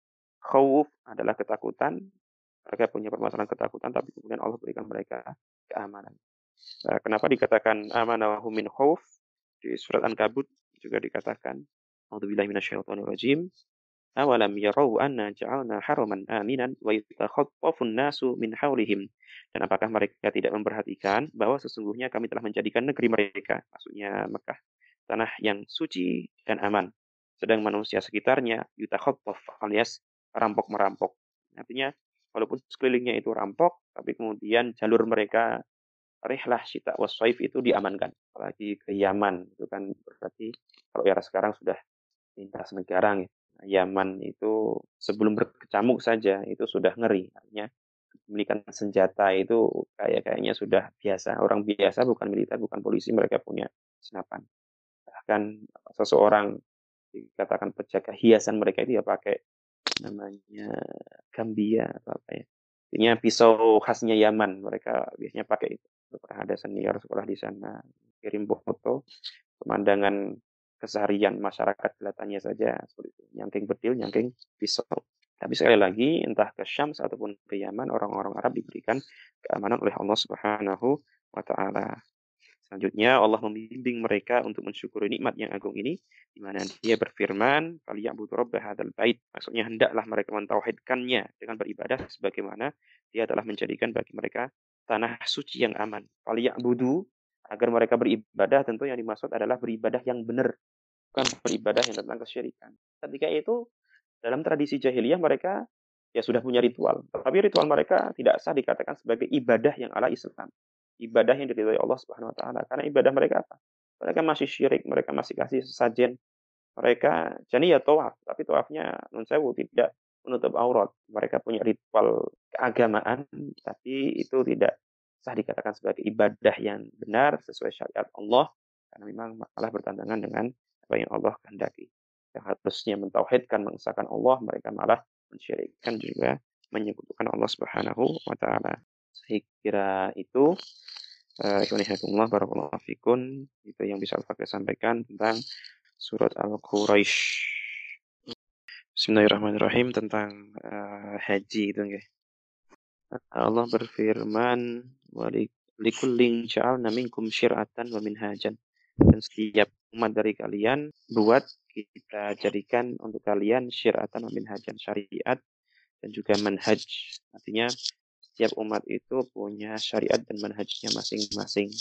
Khauf adalah ketakutan, mereka punya permasalahan ketakutan, tapi kemudian Allah berikan mereka keamanan. Nah, kenapa dikatakan amanahum min khauf? Di surat Ankabut juga dikatakan, A'udzubillahi minasyaitonirrajim. Awalam yarau anna ja'alna haraman aminan wa yatakhaffafun nasu min haulihim. Dan apakah mereka tidak memperhatikan bahwa sesungguhnya kami telah menjadikan negeri mereka, maksudnya Mekah, tanah yang suci dan aman. Sedang manusia sekitarnya yutakhaffaf alias rampok-merampok. Artinya walaupun sekelilingnya itu rampok, tapi kemudian jalur mereka rihlah syita waswaif itu diamankan. Apalagi ke Yaman, itu kan berarti kalau era sekarang sudah lintas negara ya. Yaman itu sebelum berkecamuk saja itu sudah ngeri. Artinya memiliki senjata itu kayak kayaknya sudah biasa. Orang biasa bukan militer, bukan polisi, mereka punya senapan. Bahkan seseorang dikatakan penjaga hiasan mereka itu ya pakai namanya gambia atau apa ya. Artinya pisau khasnya Yaman, mereka biasanya pakai itu. Pernah ada senior sekolah di sana kirim foto pemandangan keseharian masyarakat kelihatannya saja seperti itu. Nyangking bedil, nyangking pisau. Tapi sekali lagi, entah ke Syams ataupun ke Yaman, orang-orang Arab diberikan keamanan oleh Allah Subhanahu wa taala. Selanjutnya Allah membimbing mereka untuk mensyukuri nikmat yang agung ini, di mana Dia berfirman, "Falyabudu rabb hadzal bait." Maksudnya hendaklah mereka mentauhidkannya dengan beribadah sebagaimana Dia telah menjadikan bagi mereka tanah suci yang aman. Falyabudu, agar mereka beribadah, tentu yang dimaksud adalah beribadah yang benar, bukan beribadah yang tentang kesyirikan. Ketika itu dalam tradisi jahiliyah mereka ya sudah punya ritual, tapi ritual mereka tidak sah dikatakan sebagai ibadah yang ala Islam. Ibadah yang diridhoi Allah Subhanahu wa taala. Karena ibadah mereka apa? Mereka masih syirik, mereka masih kasih sesajen. Mereka jadi ya tawaf, tapi tawafnya nun sewu tidak menutup aurat. Mereka punya ritual keagamaan, tapi itu tidak sah dikatakan sebagai ibadah yang benar sesuai syariat Allah, karena memang malah bertentangan dengan apa yang Allah kehendaki. yang harusnya mentauhidkan, mengesahkan Allah, mereka malah mensyirikkan juga menyekutukan Allah Subhanahu wa taala. Saya kira itu, eee, ikhwani hayakumullah barakallahu fikum, itu yang bisa Al-Fakih sampaikan tentang surat Al-Quraisy. Bismillahirrahmanirrahim tentang, eee, haji itu nggih. Allah berfirman, "Wa li likullin ja'alna minkum syir'atan wa minhajan." Dan setiap umat dari kalian buat kita jadikan untuk kalian syir'atan wa minhajan, syariat dan juga manhaj. Artinya setiap umat itu punya syariat dan manhajnya masing-masing.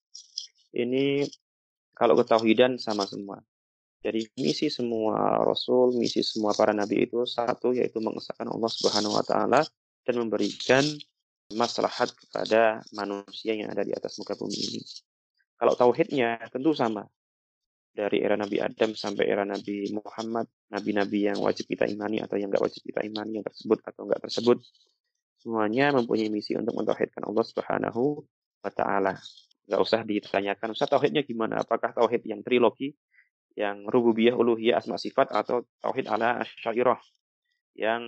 Ini kalau ketauhidan sama semua. Jadi misi semua rasul, misi semua para nabi itu satu, yaitu mengesahkan Allah Subhanahu wa taala dan memberikan maslahat kepada manusia yang ada di atas muka bumi ini. Kalau tauhidnya tentu sama. Dari era Nabi Adam sampai era Nabi Muhammad, nabi-nabi yang wajib kita imani atau yang enggak wajib kita imani, yang tersebut atau enggak tersebut, semuanya mempunyai misi untuk mentauhidkan Allah Subhanahu wa taala. Enggak usah ditanyakan, "Ustaz, tauhidnya gimana? Apakah tauhid yang trilogi, yang rububiyah, uluhiyah, asma sifat atau tauhid ala asy'ariyah yang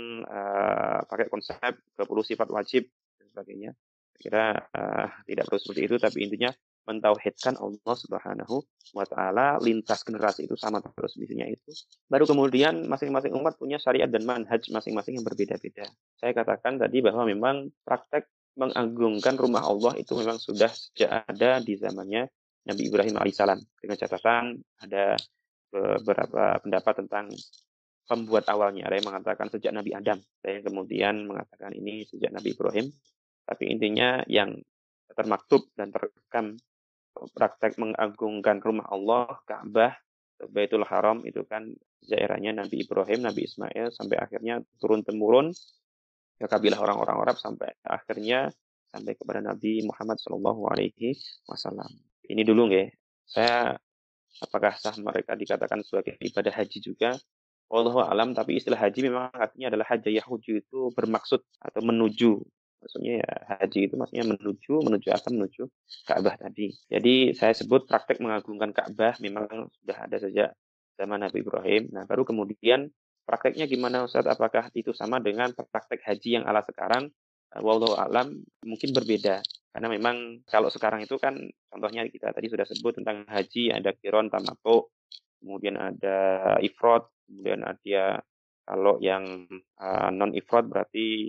uh, pakai konsep dua puluh sifat wajib dan sebagainya?" Saya kira uh, tidak perlu seperti itu, tapi intinya mentauhidkan Allah Subhanahu wa taala lintas generasi itu sama terus misinya itu. Baru kemudian masing-masing umat punya syariat dan manhaj masing-masing yang berbeda-beda. Saya katakan tadi bahwa memang praktek mengagungkan rumah Allah itu memang sudah sejak ada di zamannya Nabi Ibrahim alaihissalam. Dengan catatan ada beberapa pendapat tentang pembuat awalnya. Ada yang mengatakan sejak Nabi Adam, ada yang kemudian mengatakan ini sejak Nabi Ibrahim. Tapi intinya yang termaktub dan terekam praktek mengagungkan rumah Allah, Ka'bah, Baitul Haram itu kan sejak eranya Nabi Ibrahim, Nabi Ismail sampai akhirnya turun-temurun ke kabilah orang-orang Arab sampai akhirnya sampai kepada Nabi Muhammad shallallahu alaihi wasallam. Ini dulu nggih. Saya apakah sah mereka dikatakan sebagai ibadah haji juga? Wallahu alam, tapi istilah haji memang artinya adalah haja yahuju itu bermaksud atau menuju. Maksudnya ya haji itu maksudnya menuju, menuju apa? Menuju Ka'bah tadi. Jadi saya sebut praktek mengagungkan Ka'bah memang sudah ada sejak zaman Nabi Ibrahim. Nah, baru kemudian prakteknya gimana Ustaz? Apakah itu sama dengan praktek haji yang ala sekarang? Wallahu alam, mungkin berbeda. Karena memang kalau sekarang itu kan contohnya kita tadi sudah sebut tentang haji, ada qiron, tamattu, kemudian ada ifrad, kemudian ada kalau yang uh, non ifrad berarti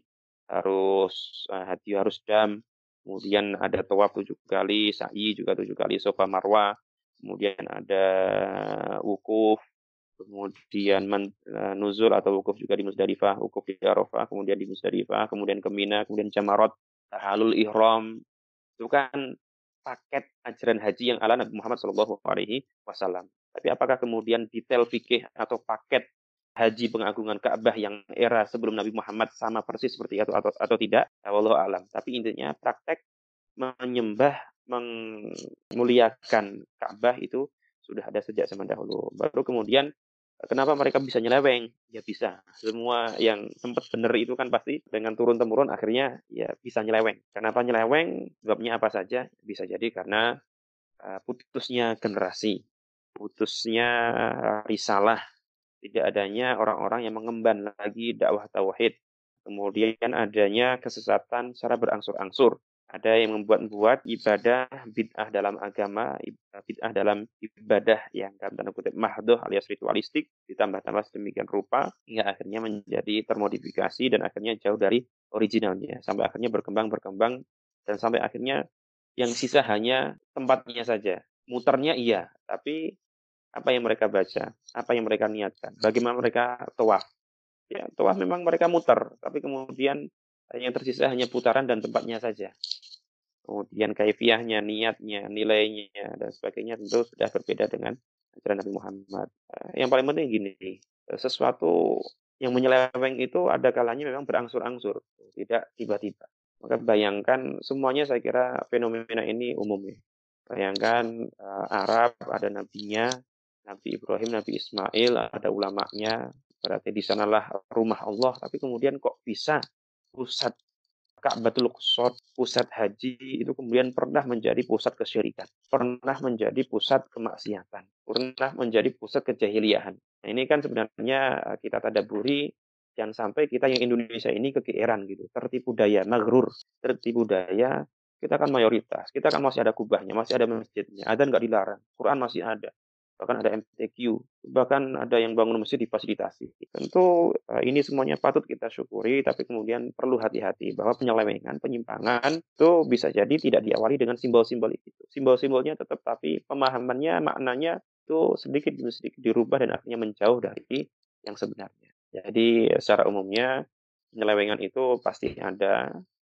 harus uh, haji harus dam, kemudian ada tawaf tujuh kali, sa'i juga tujuh kali, Safa Marwah, kemudian ada wukuf, kemudian men, uh, nuzul atau wukuf juga di Muzdalifah, wukuf di Arafah, kemudian di Muzdalifah, kemudian ke Mina, kemudian jamarat, tahalul ihram. Itu kan paket ajaran haji yang ala Nabi Muhammad shallallahu alaihi wasallam. Tapi apakah kemudian detail fikih atau paket haji pengagungan Ka'bah yang era sebelum Nabi Muhammad sama persis seperti itu atau, atau tidak? Wallahu alam. Tapi intinya praktek menyembah, memuliakan Ka'bah itu sudah ada sejak zaman dahulu. Baru kemudian kenapa mereka bisa nyeleweng? Ya bisa. Semua yang sempat benar itu kan pasti dengan turun-temurun akhirnya ya bisa nyeleweng. Kenapa nyeleweng? Sebabnya apa saja? Bisa jadi karena uh, putusnya generasi, putusnya risalah, tidak adanya orang-orang yang mengemban lagi dakwah tauhid. Kemudian adanya kesesatan secara berangsur-angsur. Ada yang membuat-buat ibadah bid'ah dalam agama, bid'ah dalam ibadah yang dalam tanda kutip mahdoh alias ritualistik, ditambah-tambah sedemikian rupa, hingga akhirnya menjadi termodifikasi dan akhirnya jauh dari originalnya. Sampai akhirnya berkembang-berkembang, dan sampai akhirnya yang sisa hanya tempatnya saja. Muternya iya, tapi apa yang mereka baca, apa yang mereka niatkan, bagaimana mereka tawaf. Ya, tawaf memang mereka muter, tapi kemudian yang tersisa hanya putaran dan tempatnya saja. Kemudian kaifiahnya, niatnya, nilainya, dan sebagainya tentu sudah berbeda dengan ajaran Nabi Muhammad. Yang paling penting gini, sesuatu yang menyeleweng itu ada kalanya memang berangsur-angsur, tidak tiba-tiba. Maka bayangkan semuanya saya kira fenomena ini umum ya. Bayangkan uh, Arab ada nabinya, Nabi Ibrahim, Nabi Ismail, ada ulamanya, berarti di sanalah rumah Allah, tapi kemudian kok bisa pusat Ka'batul Aqsa, pusat haji itu kemudian pernah menjadi pusat kesyirikan, pernah menjadi pusat kemaksiatan, pernah menjadi pusat kejahiliahan. Nah, ini kan sebenarnya eee, kita tadabburi, jangan sampai kita yang Indonesia ini kegeeran gitu, tertipu daya, maghrur, tertipu daya, kita kan mayoritas, kita kan masih ada kubahnya, masih ada masjidnya, adzan nggak dilarang, Quran masih ada, bahkan ada M C Q, bahkan ada yang bangun masjid difasilitasi. Tentu, eee, ini semuanya patut kita syukuri, tapi kemudian perlu hati-hati bahwa penyelewengan, penyimpangan itu bisa jadi tidak diawali dengan simbol-simbol itu. Simbol-simbolnya tetap, tapi pemahamannya, maknanya itu sedikit demi sedikit dirubah dan akhirnya menjauh dari yang sebenarnya. Jadi secara umumnya penyelewengan itu pasti ada,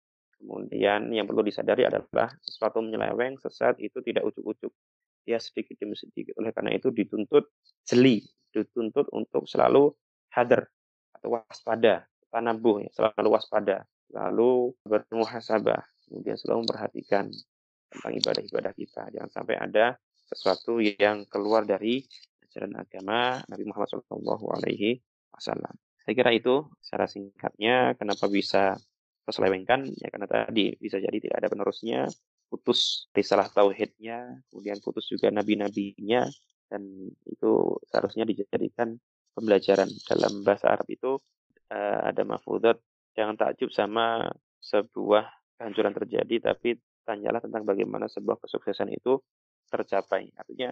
kemudian yang perlu disadari adalah sesuatu menyeleweng, sesat itu tidak ujuk-ujuk, dia sedikit demi sedikit. Oleh karena itu dituntut jeli, dituntut untuk selalu hadar atau waspada, tanabuh ya, selalu waspada, selalu bermuhasabah, kemudian selalu memperhatikan tentang ibadah-ibadah kita. Jangan sampai ada sesuatu yang keluar dari ajaran agama Nabi Muhammad shallallahu alaihi wasallam. Saya kira itu secara singkatnya kenapa bisa terselewengkan, ya karena tadi bisa jadi tidak ada penerusnya, putus risalah tauhidnya, kemudian putus juga nabi-nabinya, dan itu seharusnya dijadikan pembelajaran. Dalam bahasa Arab itu eh, ada mafhudzat, jangan takjub sama sebuah kehancuran terjadi, tapi tanyalah tentang bagaimana sebuah kesuksesan itu tercapai. Artinya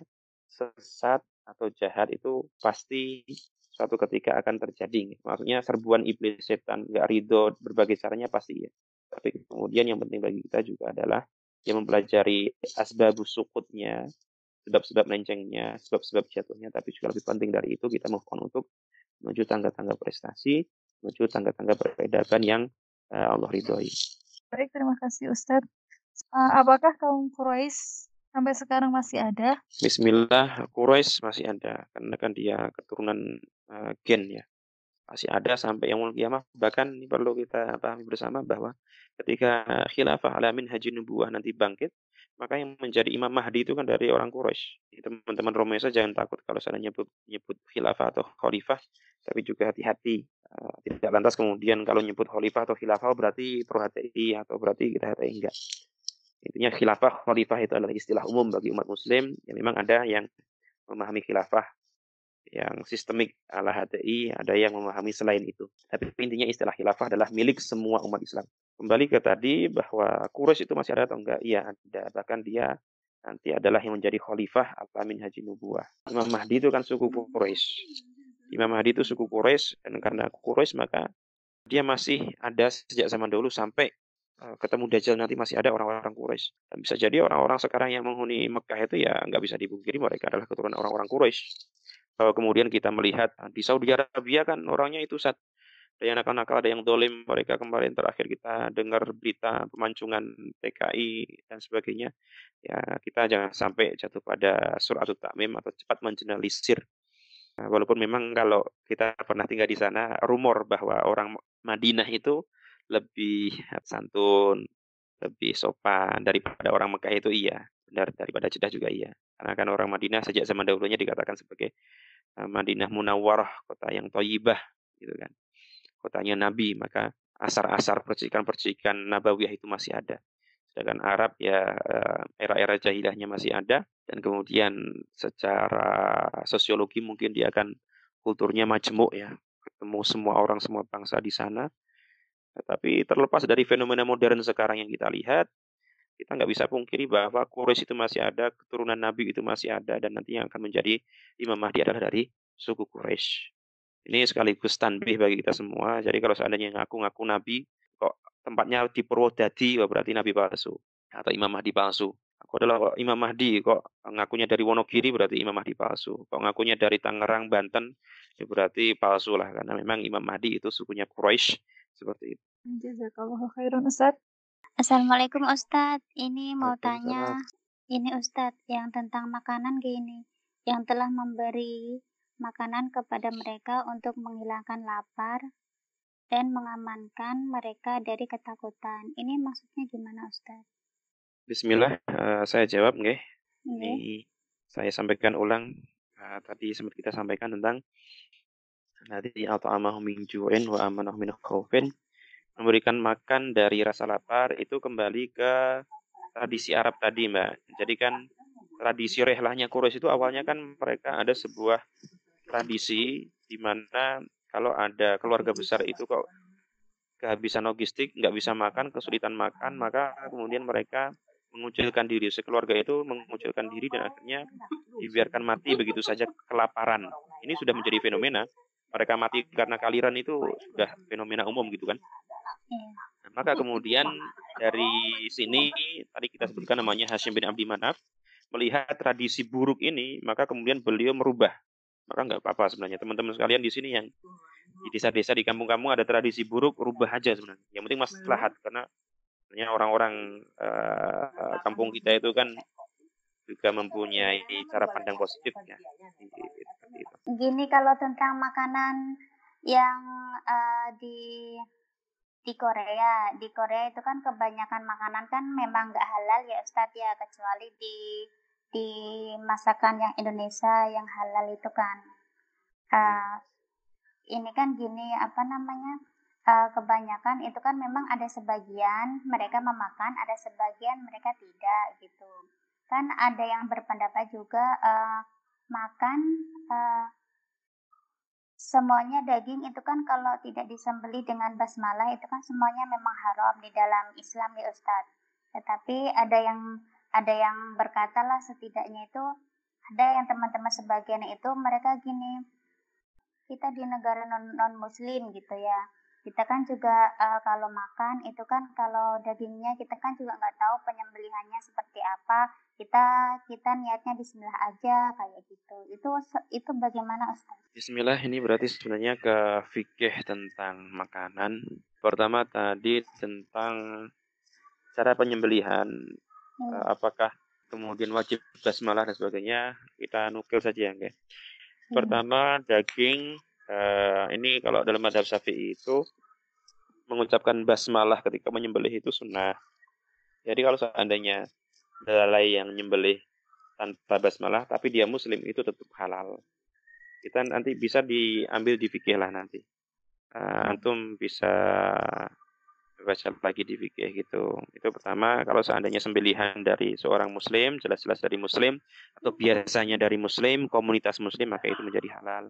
sesat atau jahat itu pasti suatu ketika akan terjadi. Maksudnya serbuan iblis setan, nggak ridho, berbagai caranya pasti ya. Tapi kemudian yang penting bagi kita juga adalah yang mempelajari asbabus sukutnya, sebab-sebab melencengnya, sebab-sebab jatuhnya, tapi juga lebih penting dari itu kita move on untuk menuju tangga-tangga prestasi, menuju tangga-tangga peradaban yang uh, Allah ridhoi. Baik, terima kasih Ustadz. Uh, apakah kaum Quraisy sampai sekarang masih ada? Bismillah, Quraisy masih ada, karena kan dia keturunan uh, gen ya. Masih ada sampai yaumul qiyamah. Bahkan ini perlu kita pahami bersama bahwa ketika khilafah ala minhajin nubuwah nanti bangkit, maka yang menjadi Imam Mahdi itu kan dari orang Quraisy. Teman-teman Romaisa jangan takut kalau saya nyebut nyebut khilafah atau khalifah, tapi juga hati-hati. Uh, tidak lantas kemudian kalau nyebut khalifah atau khilafah berarti pro H T I atau berarti kita H T I, enggak. Intinya khilafah, khalifah itu adalah istilah umum bagi umat muslim. Ya memang ada yang memahami khilafah yang sistemik ala H T I, ada yang memahami selain itu. Tapi intinya istilah khilafah adalah milik semua umat Islam. Kembali ke tadi bahwa Quraisy itu masih ada atau enggak? Iya ada. Bahkan dia nanti adalah yang menjadi khalifah ala minhajin nubuwah. Imam Mahdi itu kan suku Quraisy. Imam Mahdi itu suku Quraisy, dan karena Quraisy maka dia masih ada sejak zaman dahulu sampai uh, ketemu Dajjal nanti masih ada orang-orang Quraisy. Dan bisa jadi orang-orang sekarang yang menghuni Mekah itu ya nggak bisa dipungkiri mereka adalah keturunan orang-orang Quraisy. Kalau kemudian kita melihat uh, di Saudi Arabia kan orangnya itu saat ada yang nakal-nakal, ada yang dolim. Mereka kemarin terakhir kita dengar berita pemancingan P K I dan sebagainya. Ya kita jangan sampai jatuh pada suratul takmim atau cepat mengeneralisir. Nah, walaupun memang kalau kita pernah tinggal di sana, rumor bahwa orang Madinah itu lebih santun, lebih sopan daripada orang Mekah itu iya, benar, daripada Jeddah juga iya. Karena kan orang Madinah sejak zaman dahulunya dikatakan sebagai uh, Madinah Munawwarah, kota yang thayyibah gitu kan. Kotanya Nabi, maka asar-asar percikan-percikan nabawiyah itu masih ada. Sedangkan Arab ya uh, era-era jahiliyahnya masih ada, dan kemudian secara sosiologi mungkin dia akan kulturnya majemuk ya, ketemu semua orang, semua bangsa di sana. Tetapi terlepas dari fenomena modern sekarang yang kita lihat, kita nggak bisa pungkiri bahwa Quraisy itu masih ada, keturunan Nabi itu masih ada, dan nanti yang akan menjadi Imam Mahdi adalah dari suku Quraisy. Ini sekaligus tanbih bagi kita semua. Jadi kalau seandainya ngaku-ngaku Nabi, kok tempatnya di Purwodadi, wah berarti Nabi palsu. Atau Imam Mahdi palsu. Aku adalah Imam Mahdi, kok ngakunya dari Wonogiri berarti Imam Mahdi palsu. Kok ngakunya dari Tangerang, Banten, ya berarti palsu lah. Karena memang Imam Mahdi itu sukunya Quraisy. Seperti itu. Jazakallahu khairan Ustadz. Assalamualaikum Ustadz, ini mau tanya, ini Ustadz yang tentang makanan gini, yang telah memberi makanan kepada mereka untuk menghilangkan lapar dan mengamankan mereka dari ketakutan. Ini maksudnya gimana Ustadz? Bismillah, uh, saya jawab nggih. Ini Ini saya sampaikan ulang. Uh, tadi sempat kita sampaikan tentang nanti atau amahum min ju'in wa amanahum min khaufin, memberikan makan dari rasa lapar itu kembali ke tradisi Arab tadi, Mbak. Jadi kan tradisi rehlahnya Quraisy itu awalnya kan mereka ada sebuah tradisi di mana kalau ada keluarga besar itu kok kehabisan logistik, nggak bisa makan, kesulitan makan, maka kemudian mereka mengucilkan diri. Sekeluarga itu mengucilkan diri dan akhirnya dibiarkan mati begitu saja kelaparan. Ini sudah menjadi fenomena. Mereka mati karena kaliran itu sudah fenomena umum gitu kan. Iya. Nah, maka kemudian dari sini tadi kita sebutkan namanya Hashim bin Abdi Manaf, melihat tradisi buruk ini, maka kemudian beliau merubah. Maka nggak apa-apa sebenarnya teman-teman sekalian di sini yang di desa-desa di kampung-kampung ada tradisi buruk, rubah aja sebenarnya. Yang penting maslahat karena sebenarnya orang-orang uh, kampung kita itu kan juga mempunyai cara pandang positif ya. Seperti itu. Gini kalau tentang makanan yang uh, di di Korea, di Korea itu kan kebanyakan makanan kan memang nggak halal ya Ustadz ya, kecuali di di masakan yang Indonesia yang halal itu kan. Uh, ini kan gini apa namanya uh, kebanyakan itu kan memang ada sebagian mereka memakan, ada sebagian mereka tidak gitu. Kan ada yang berpendapat juga uh, makan uh, semuanya daging itu kan kalau tidak disembelih dengan basmalah itu kan semuanya memang haram di dalam Islam ya Ustadz. Tetapi ada yang ada yang berkata lah setidaknya itu ada yang teman-teman sebagian itu mereka gini, kita di negara non non muslim gitu ya, kita kan juga uh, kalau makan itu kan kalau dagingnya kita kan juga nggak tahu penyembelihannya seperti apa, kita kita niatnya Bismillah aja kayak gitu. Itu itu bagaimana Ustaz? Bismillah ini berarti sebenarnya ke fikih tentang makanan. Pertama tadi tentang cara penyembelihan, hmm. uh, apakah kemudian wajib basmalah dan sebagainya, kita nukil saja ya, okay? Hmm. Pertama daging, uh, ini kalau dalam mazhab Syafi'i itu mengucapkan basmalah ketika menyembelih itu sunnah. Jadi kalau seandainya dalai yang menyembelih tanpa basmalah, tapi dia muslim itu tetap halal. Kita nanti bisa diambil di fikih lah nanti. Uh, antum bisa baca lagi di fikih gitu. Itu pertama, kalau seandainya sembelihan dari seorang muslim, jelas-jelas dari muslim, atau biasanya dari muslim, komunitas muslim, maka itu menjadi halal.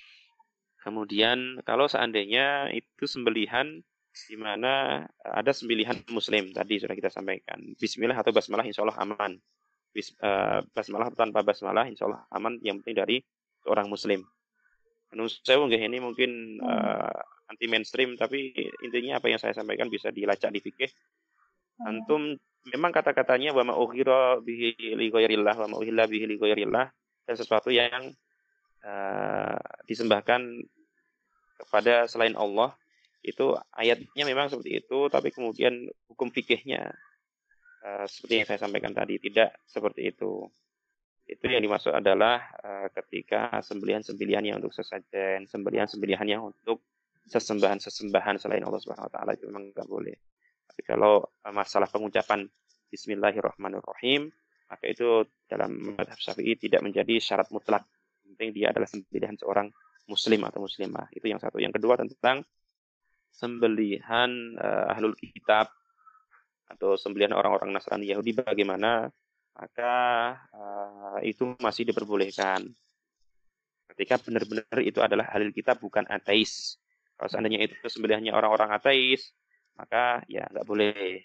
Kemudian kalau seandainya itu sembelihan di mana ada sembelihan muslim, tadi sudah kita sampaikan. Bismillah atau basmalah insya Allah aman. Bis, uh, basmalah tanpa basmalah insya Allah aman, yang penting dari seorang muslim. Menurut saya ini mungkin uh, anti mainstream, tapi intinya apa yang saya sampaikan bisa dilacak di fikih. Antum memang kata-katanya wa ma ughira bihi li ghairillah wa ma uhilla bihi li ghairillah, dan sesuatu yang uh, disembahkan kepada selain Allah, itu ayatnya memang seperti itu, tapi kemudian hukum fikihnya uh, seperti yang saya sampaikan tadi tidak seperti itu. Itu yang dimaksud adalah uh, ketika sembelihan-sembelihan yang untuk sesajen, sembelihan-sembelihan yang untuk sesembahan-sesembahan selain Allah Subhanahu wa taala itu memang enggak boleh. Tapi kalau uh, masalah pengucapan bismillahirrahmanirrahim, maka itu dalam mazhab Syafi'i tidak menjadi syarat mutlak. Yang penting dia adalah sembelihan seorang muslim atau muslimah. Itu yang satu. Yang kedua tentang sembelihan uh, ahlul kitab atau sembelihan orang-orang Nasrani Yahudi bagaimana, maka uh, itu masih diperbolehkan ketika benar-benar itu adalah ahlul kitab bukan ateis. Kalau seandainya itu sembelihannya orang-orang ateis, maka ya nggak boleh.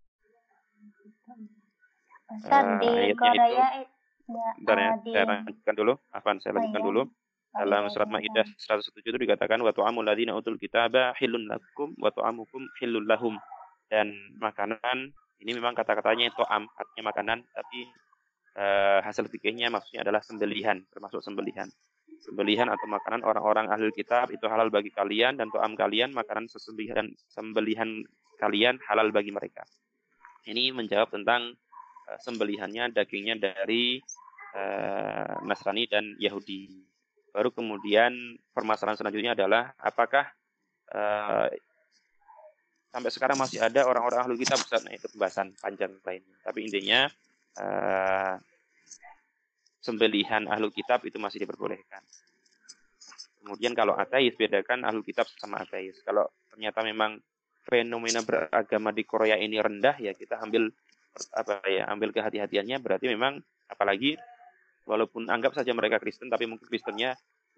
Uh, di Korea itu, ya, bentar ya, uh, di... saya lanjutkan dulu. Afan, saya lanjutkan oh, dulu. Oh, dalam surat Maidah seratus tujuh itu dikatakan wa tu'amul ladzina utul kitaba hillun lakum wa tu'amukum hillul lahum. Dan makanan ini memang kata-katanya to'am, artinya makanan, tapi uh, hasil fikihnya maksudnya adalah sembelihan, termasuk sembelihan. Sembelihan atau makanan orang-orang ahlul kitab itu halal bagi kalian, dan to'am kalian, makanan sembelihan, sembelihan kalian halal bagi mereka. Ini menjawab tentang uh, sembelihannya, dagingnya dari uh, Nasrani dan Yahudi. Baru kemudian permasalahan selanjutnya adalah apakah uh, sampai sekarang masih ada orang-orang ahlul kitab, nah itu pembahasan panjang lainnya. Tapi intinya uh, sembelihan ahlul kitab itu masih diperbolehkan. Kemudian kalau ateis, bedakan ahlul kitab sama ateis. Kalau ternyata memang fenomena beragama di Korea ini rendah, ya kita ambil apa ya, ambil kehati-hatiannya. Berarti memang apalagi walaupun anggap saja mereka Kristen, tapi mungkin Kristennya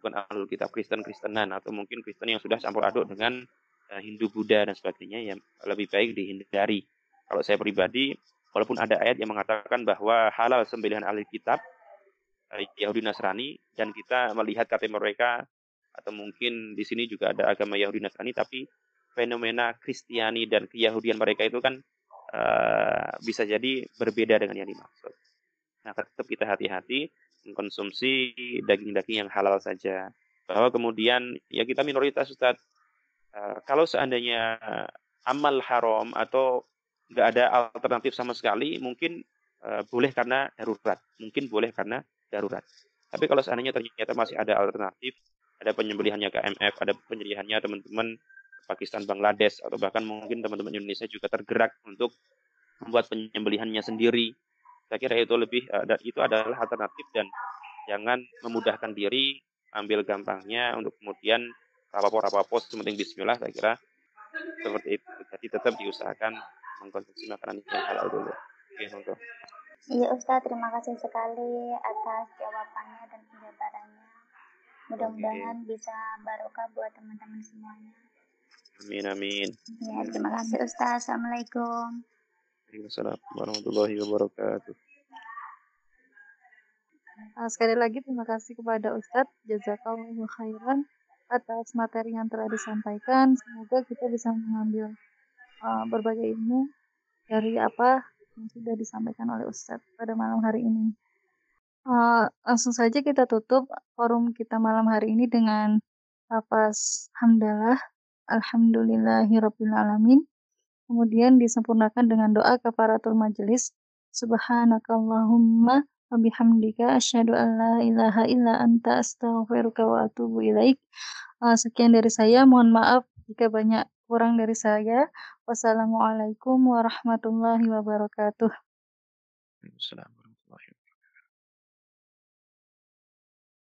bukan ahlul kitab, Kristen-Kristenan atau mungkin Kristen yang sudah campur aduk dengan uh, Hindu, Buddha dan sebagainya yang lebih baik dihindari. Kalau saya pribadi, walaupun ada ayat yang mengatakan bahwa halal sembelihan ahli kitab, uh, Yahudi Nasrani, dan kita melihat K T P mereka atau mungkin di sini juga ada agama Yahudi Nasrani, tapi fenomena Kristiani dan keyahudian mereka itu kan uh, bisa jadi berbeda dengan yang dimaksud. Nah, tetap kita hati-hati mengkonsumsi daging-daging yang halal saja. Bahwa kemudian ya kita minoritas, Ustaz. Uh, kalau seandainya amal haram atau nggak ada alternatif sama sekali, mungkin uh, boleh karena darurat. Mungkin boleh karena darurat. Tapi kalau seandainya ternyata masih ada alternatif, ada penyembelihannya K M F, ada penyembelihannya teman-teman Pakistan, Bangladesh, atau bahkan mungkin teman-teman Indonesia juga tergerak untuk membuat penyembelihannya sendiri. Saya kira itu lebih uh, itu adalah alternatif dan jangan memudahkan diri, ambil gampangnya untuk kemudian apa-apa penting bismillah. Saya kira seperti itu. Jadi tetap diusahakan mengkonsumsi makanan yang halal dulu. Oke, monggo. Iya Ustadz, terima kasih sekali atas jawabannya dan penjabarannya. Mudah-mudahan okay. bisa barokah buat teman-teman semuanya. Amin, amin. Ya, terima kasih Ustadz. Assalamualaikum. Waalaikumsalam warahmatullahi wabarakatuh. Uh, sekali lagi terima kasih kepada Ustadz Jazakallahu khairan atas materi yang telah disampaikan. Semoga kita bisa mengambil uh, berbagai ilmu dari apa yang sudah disampaikan oleh Ustadz pada malam hari ini. Uh, langsung saja kita tutup forum kita malam hari ini dengan lafaz hamdalah, alhamdulillahirabbil alamin. Kemudian disempurnakan dengan doa kafaratul majelis. Subhanakallahumma wa bihamdika asyhadu an la ilaha illa anta astaghfiruka wa atubu ilaik. Uh, sekian dari saya, mohon maaf jika banyak kurang dari saya. Wassalamualaikum warahmatullahi wabarakatuh. Waalaikumsalam warahmatullahi wabarakatuh.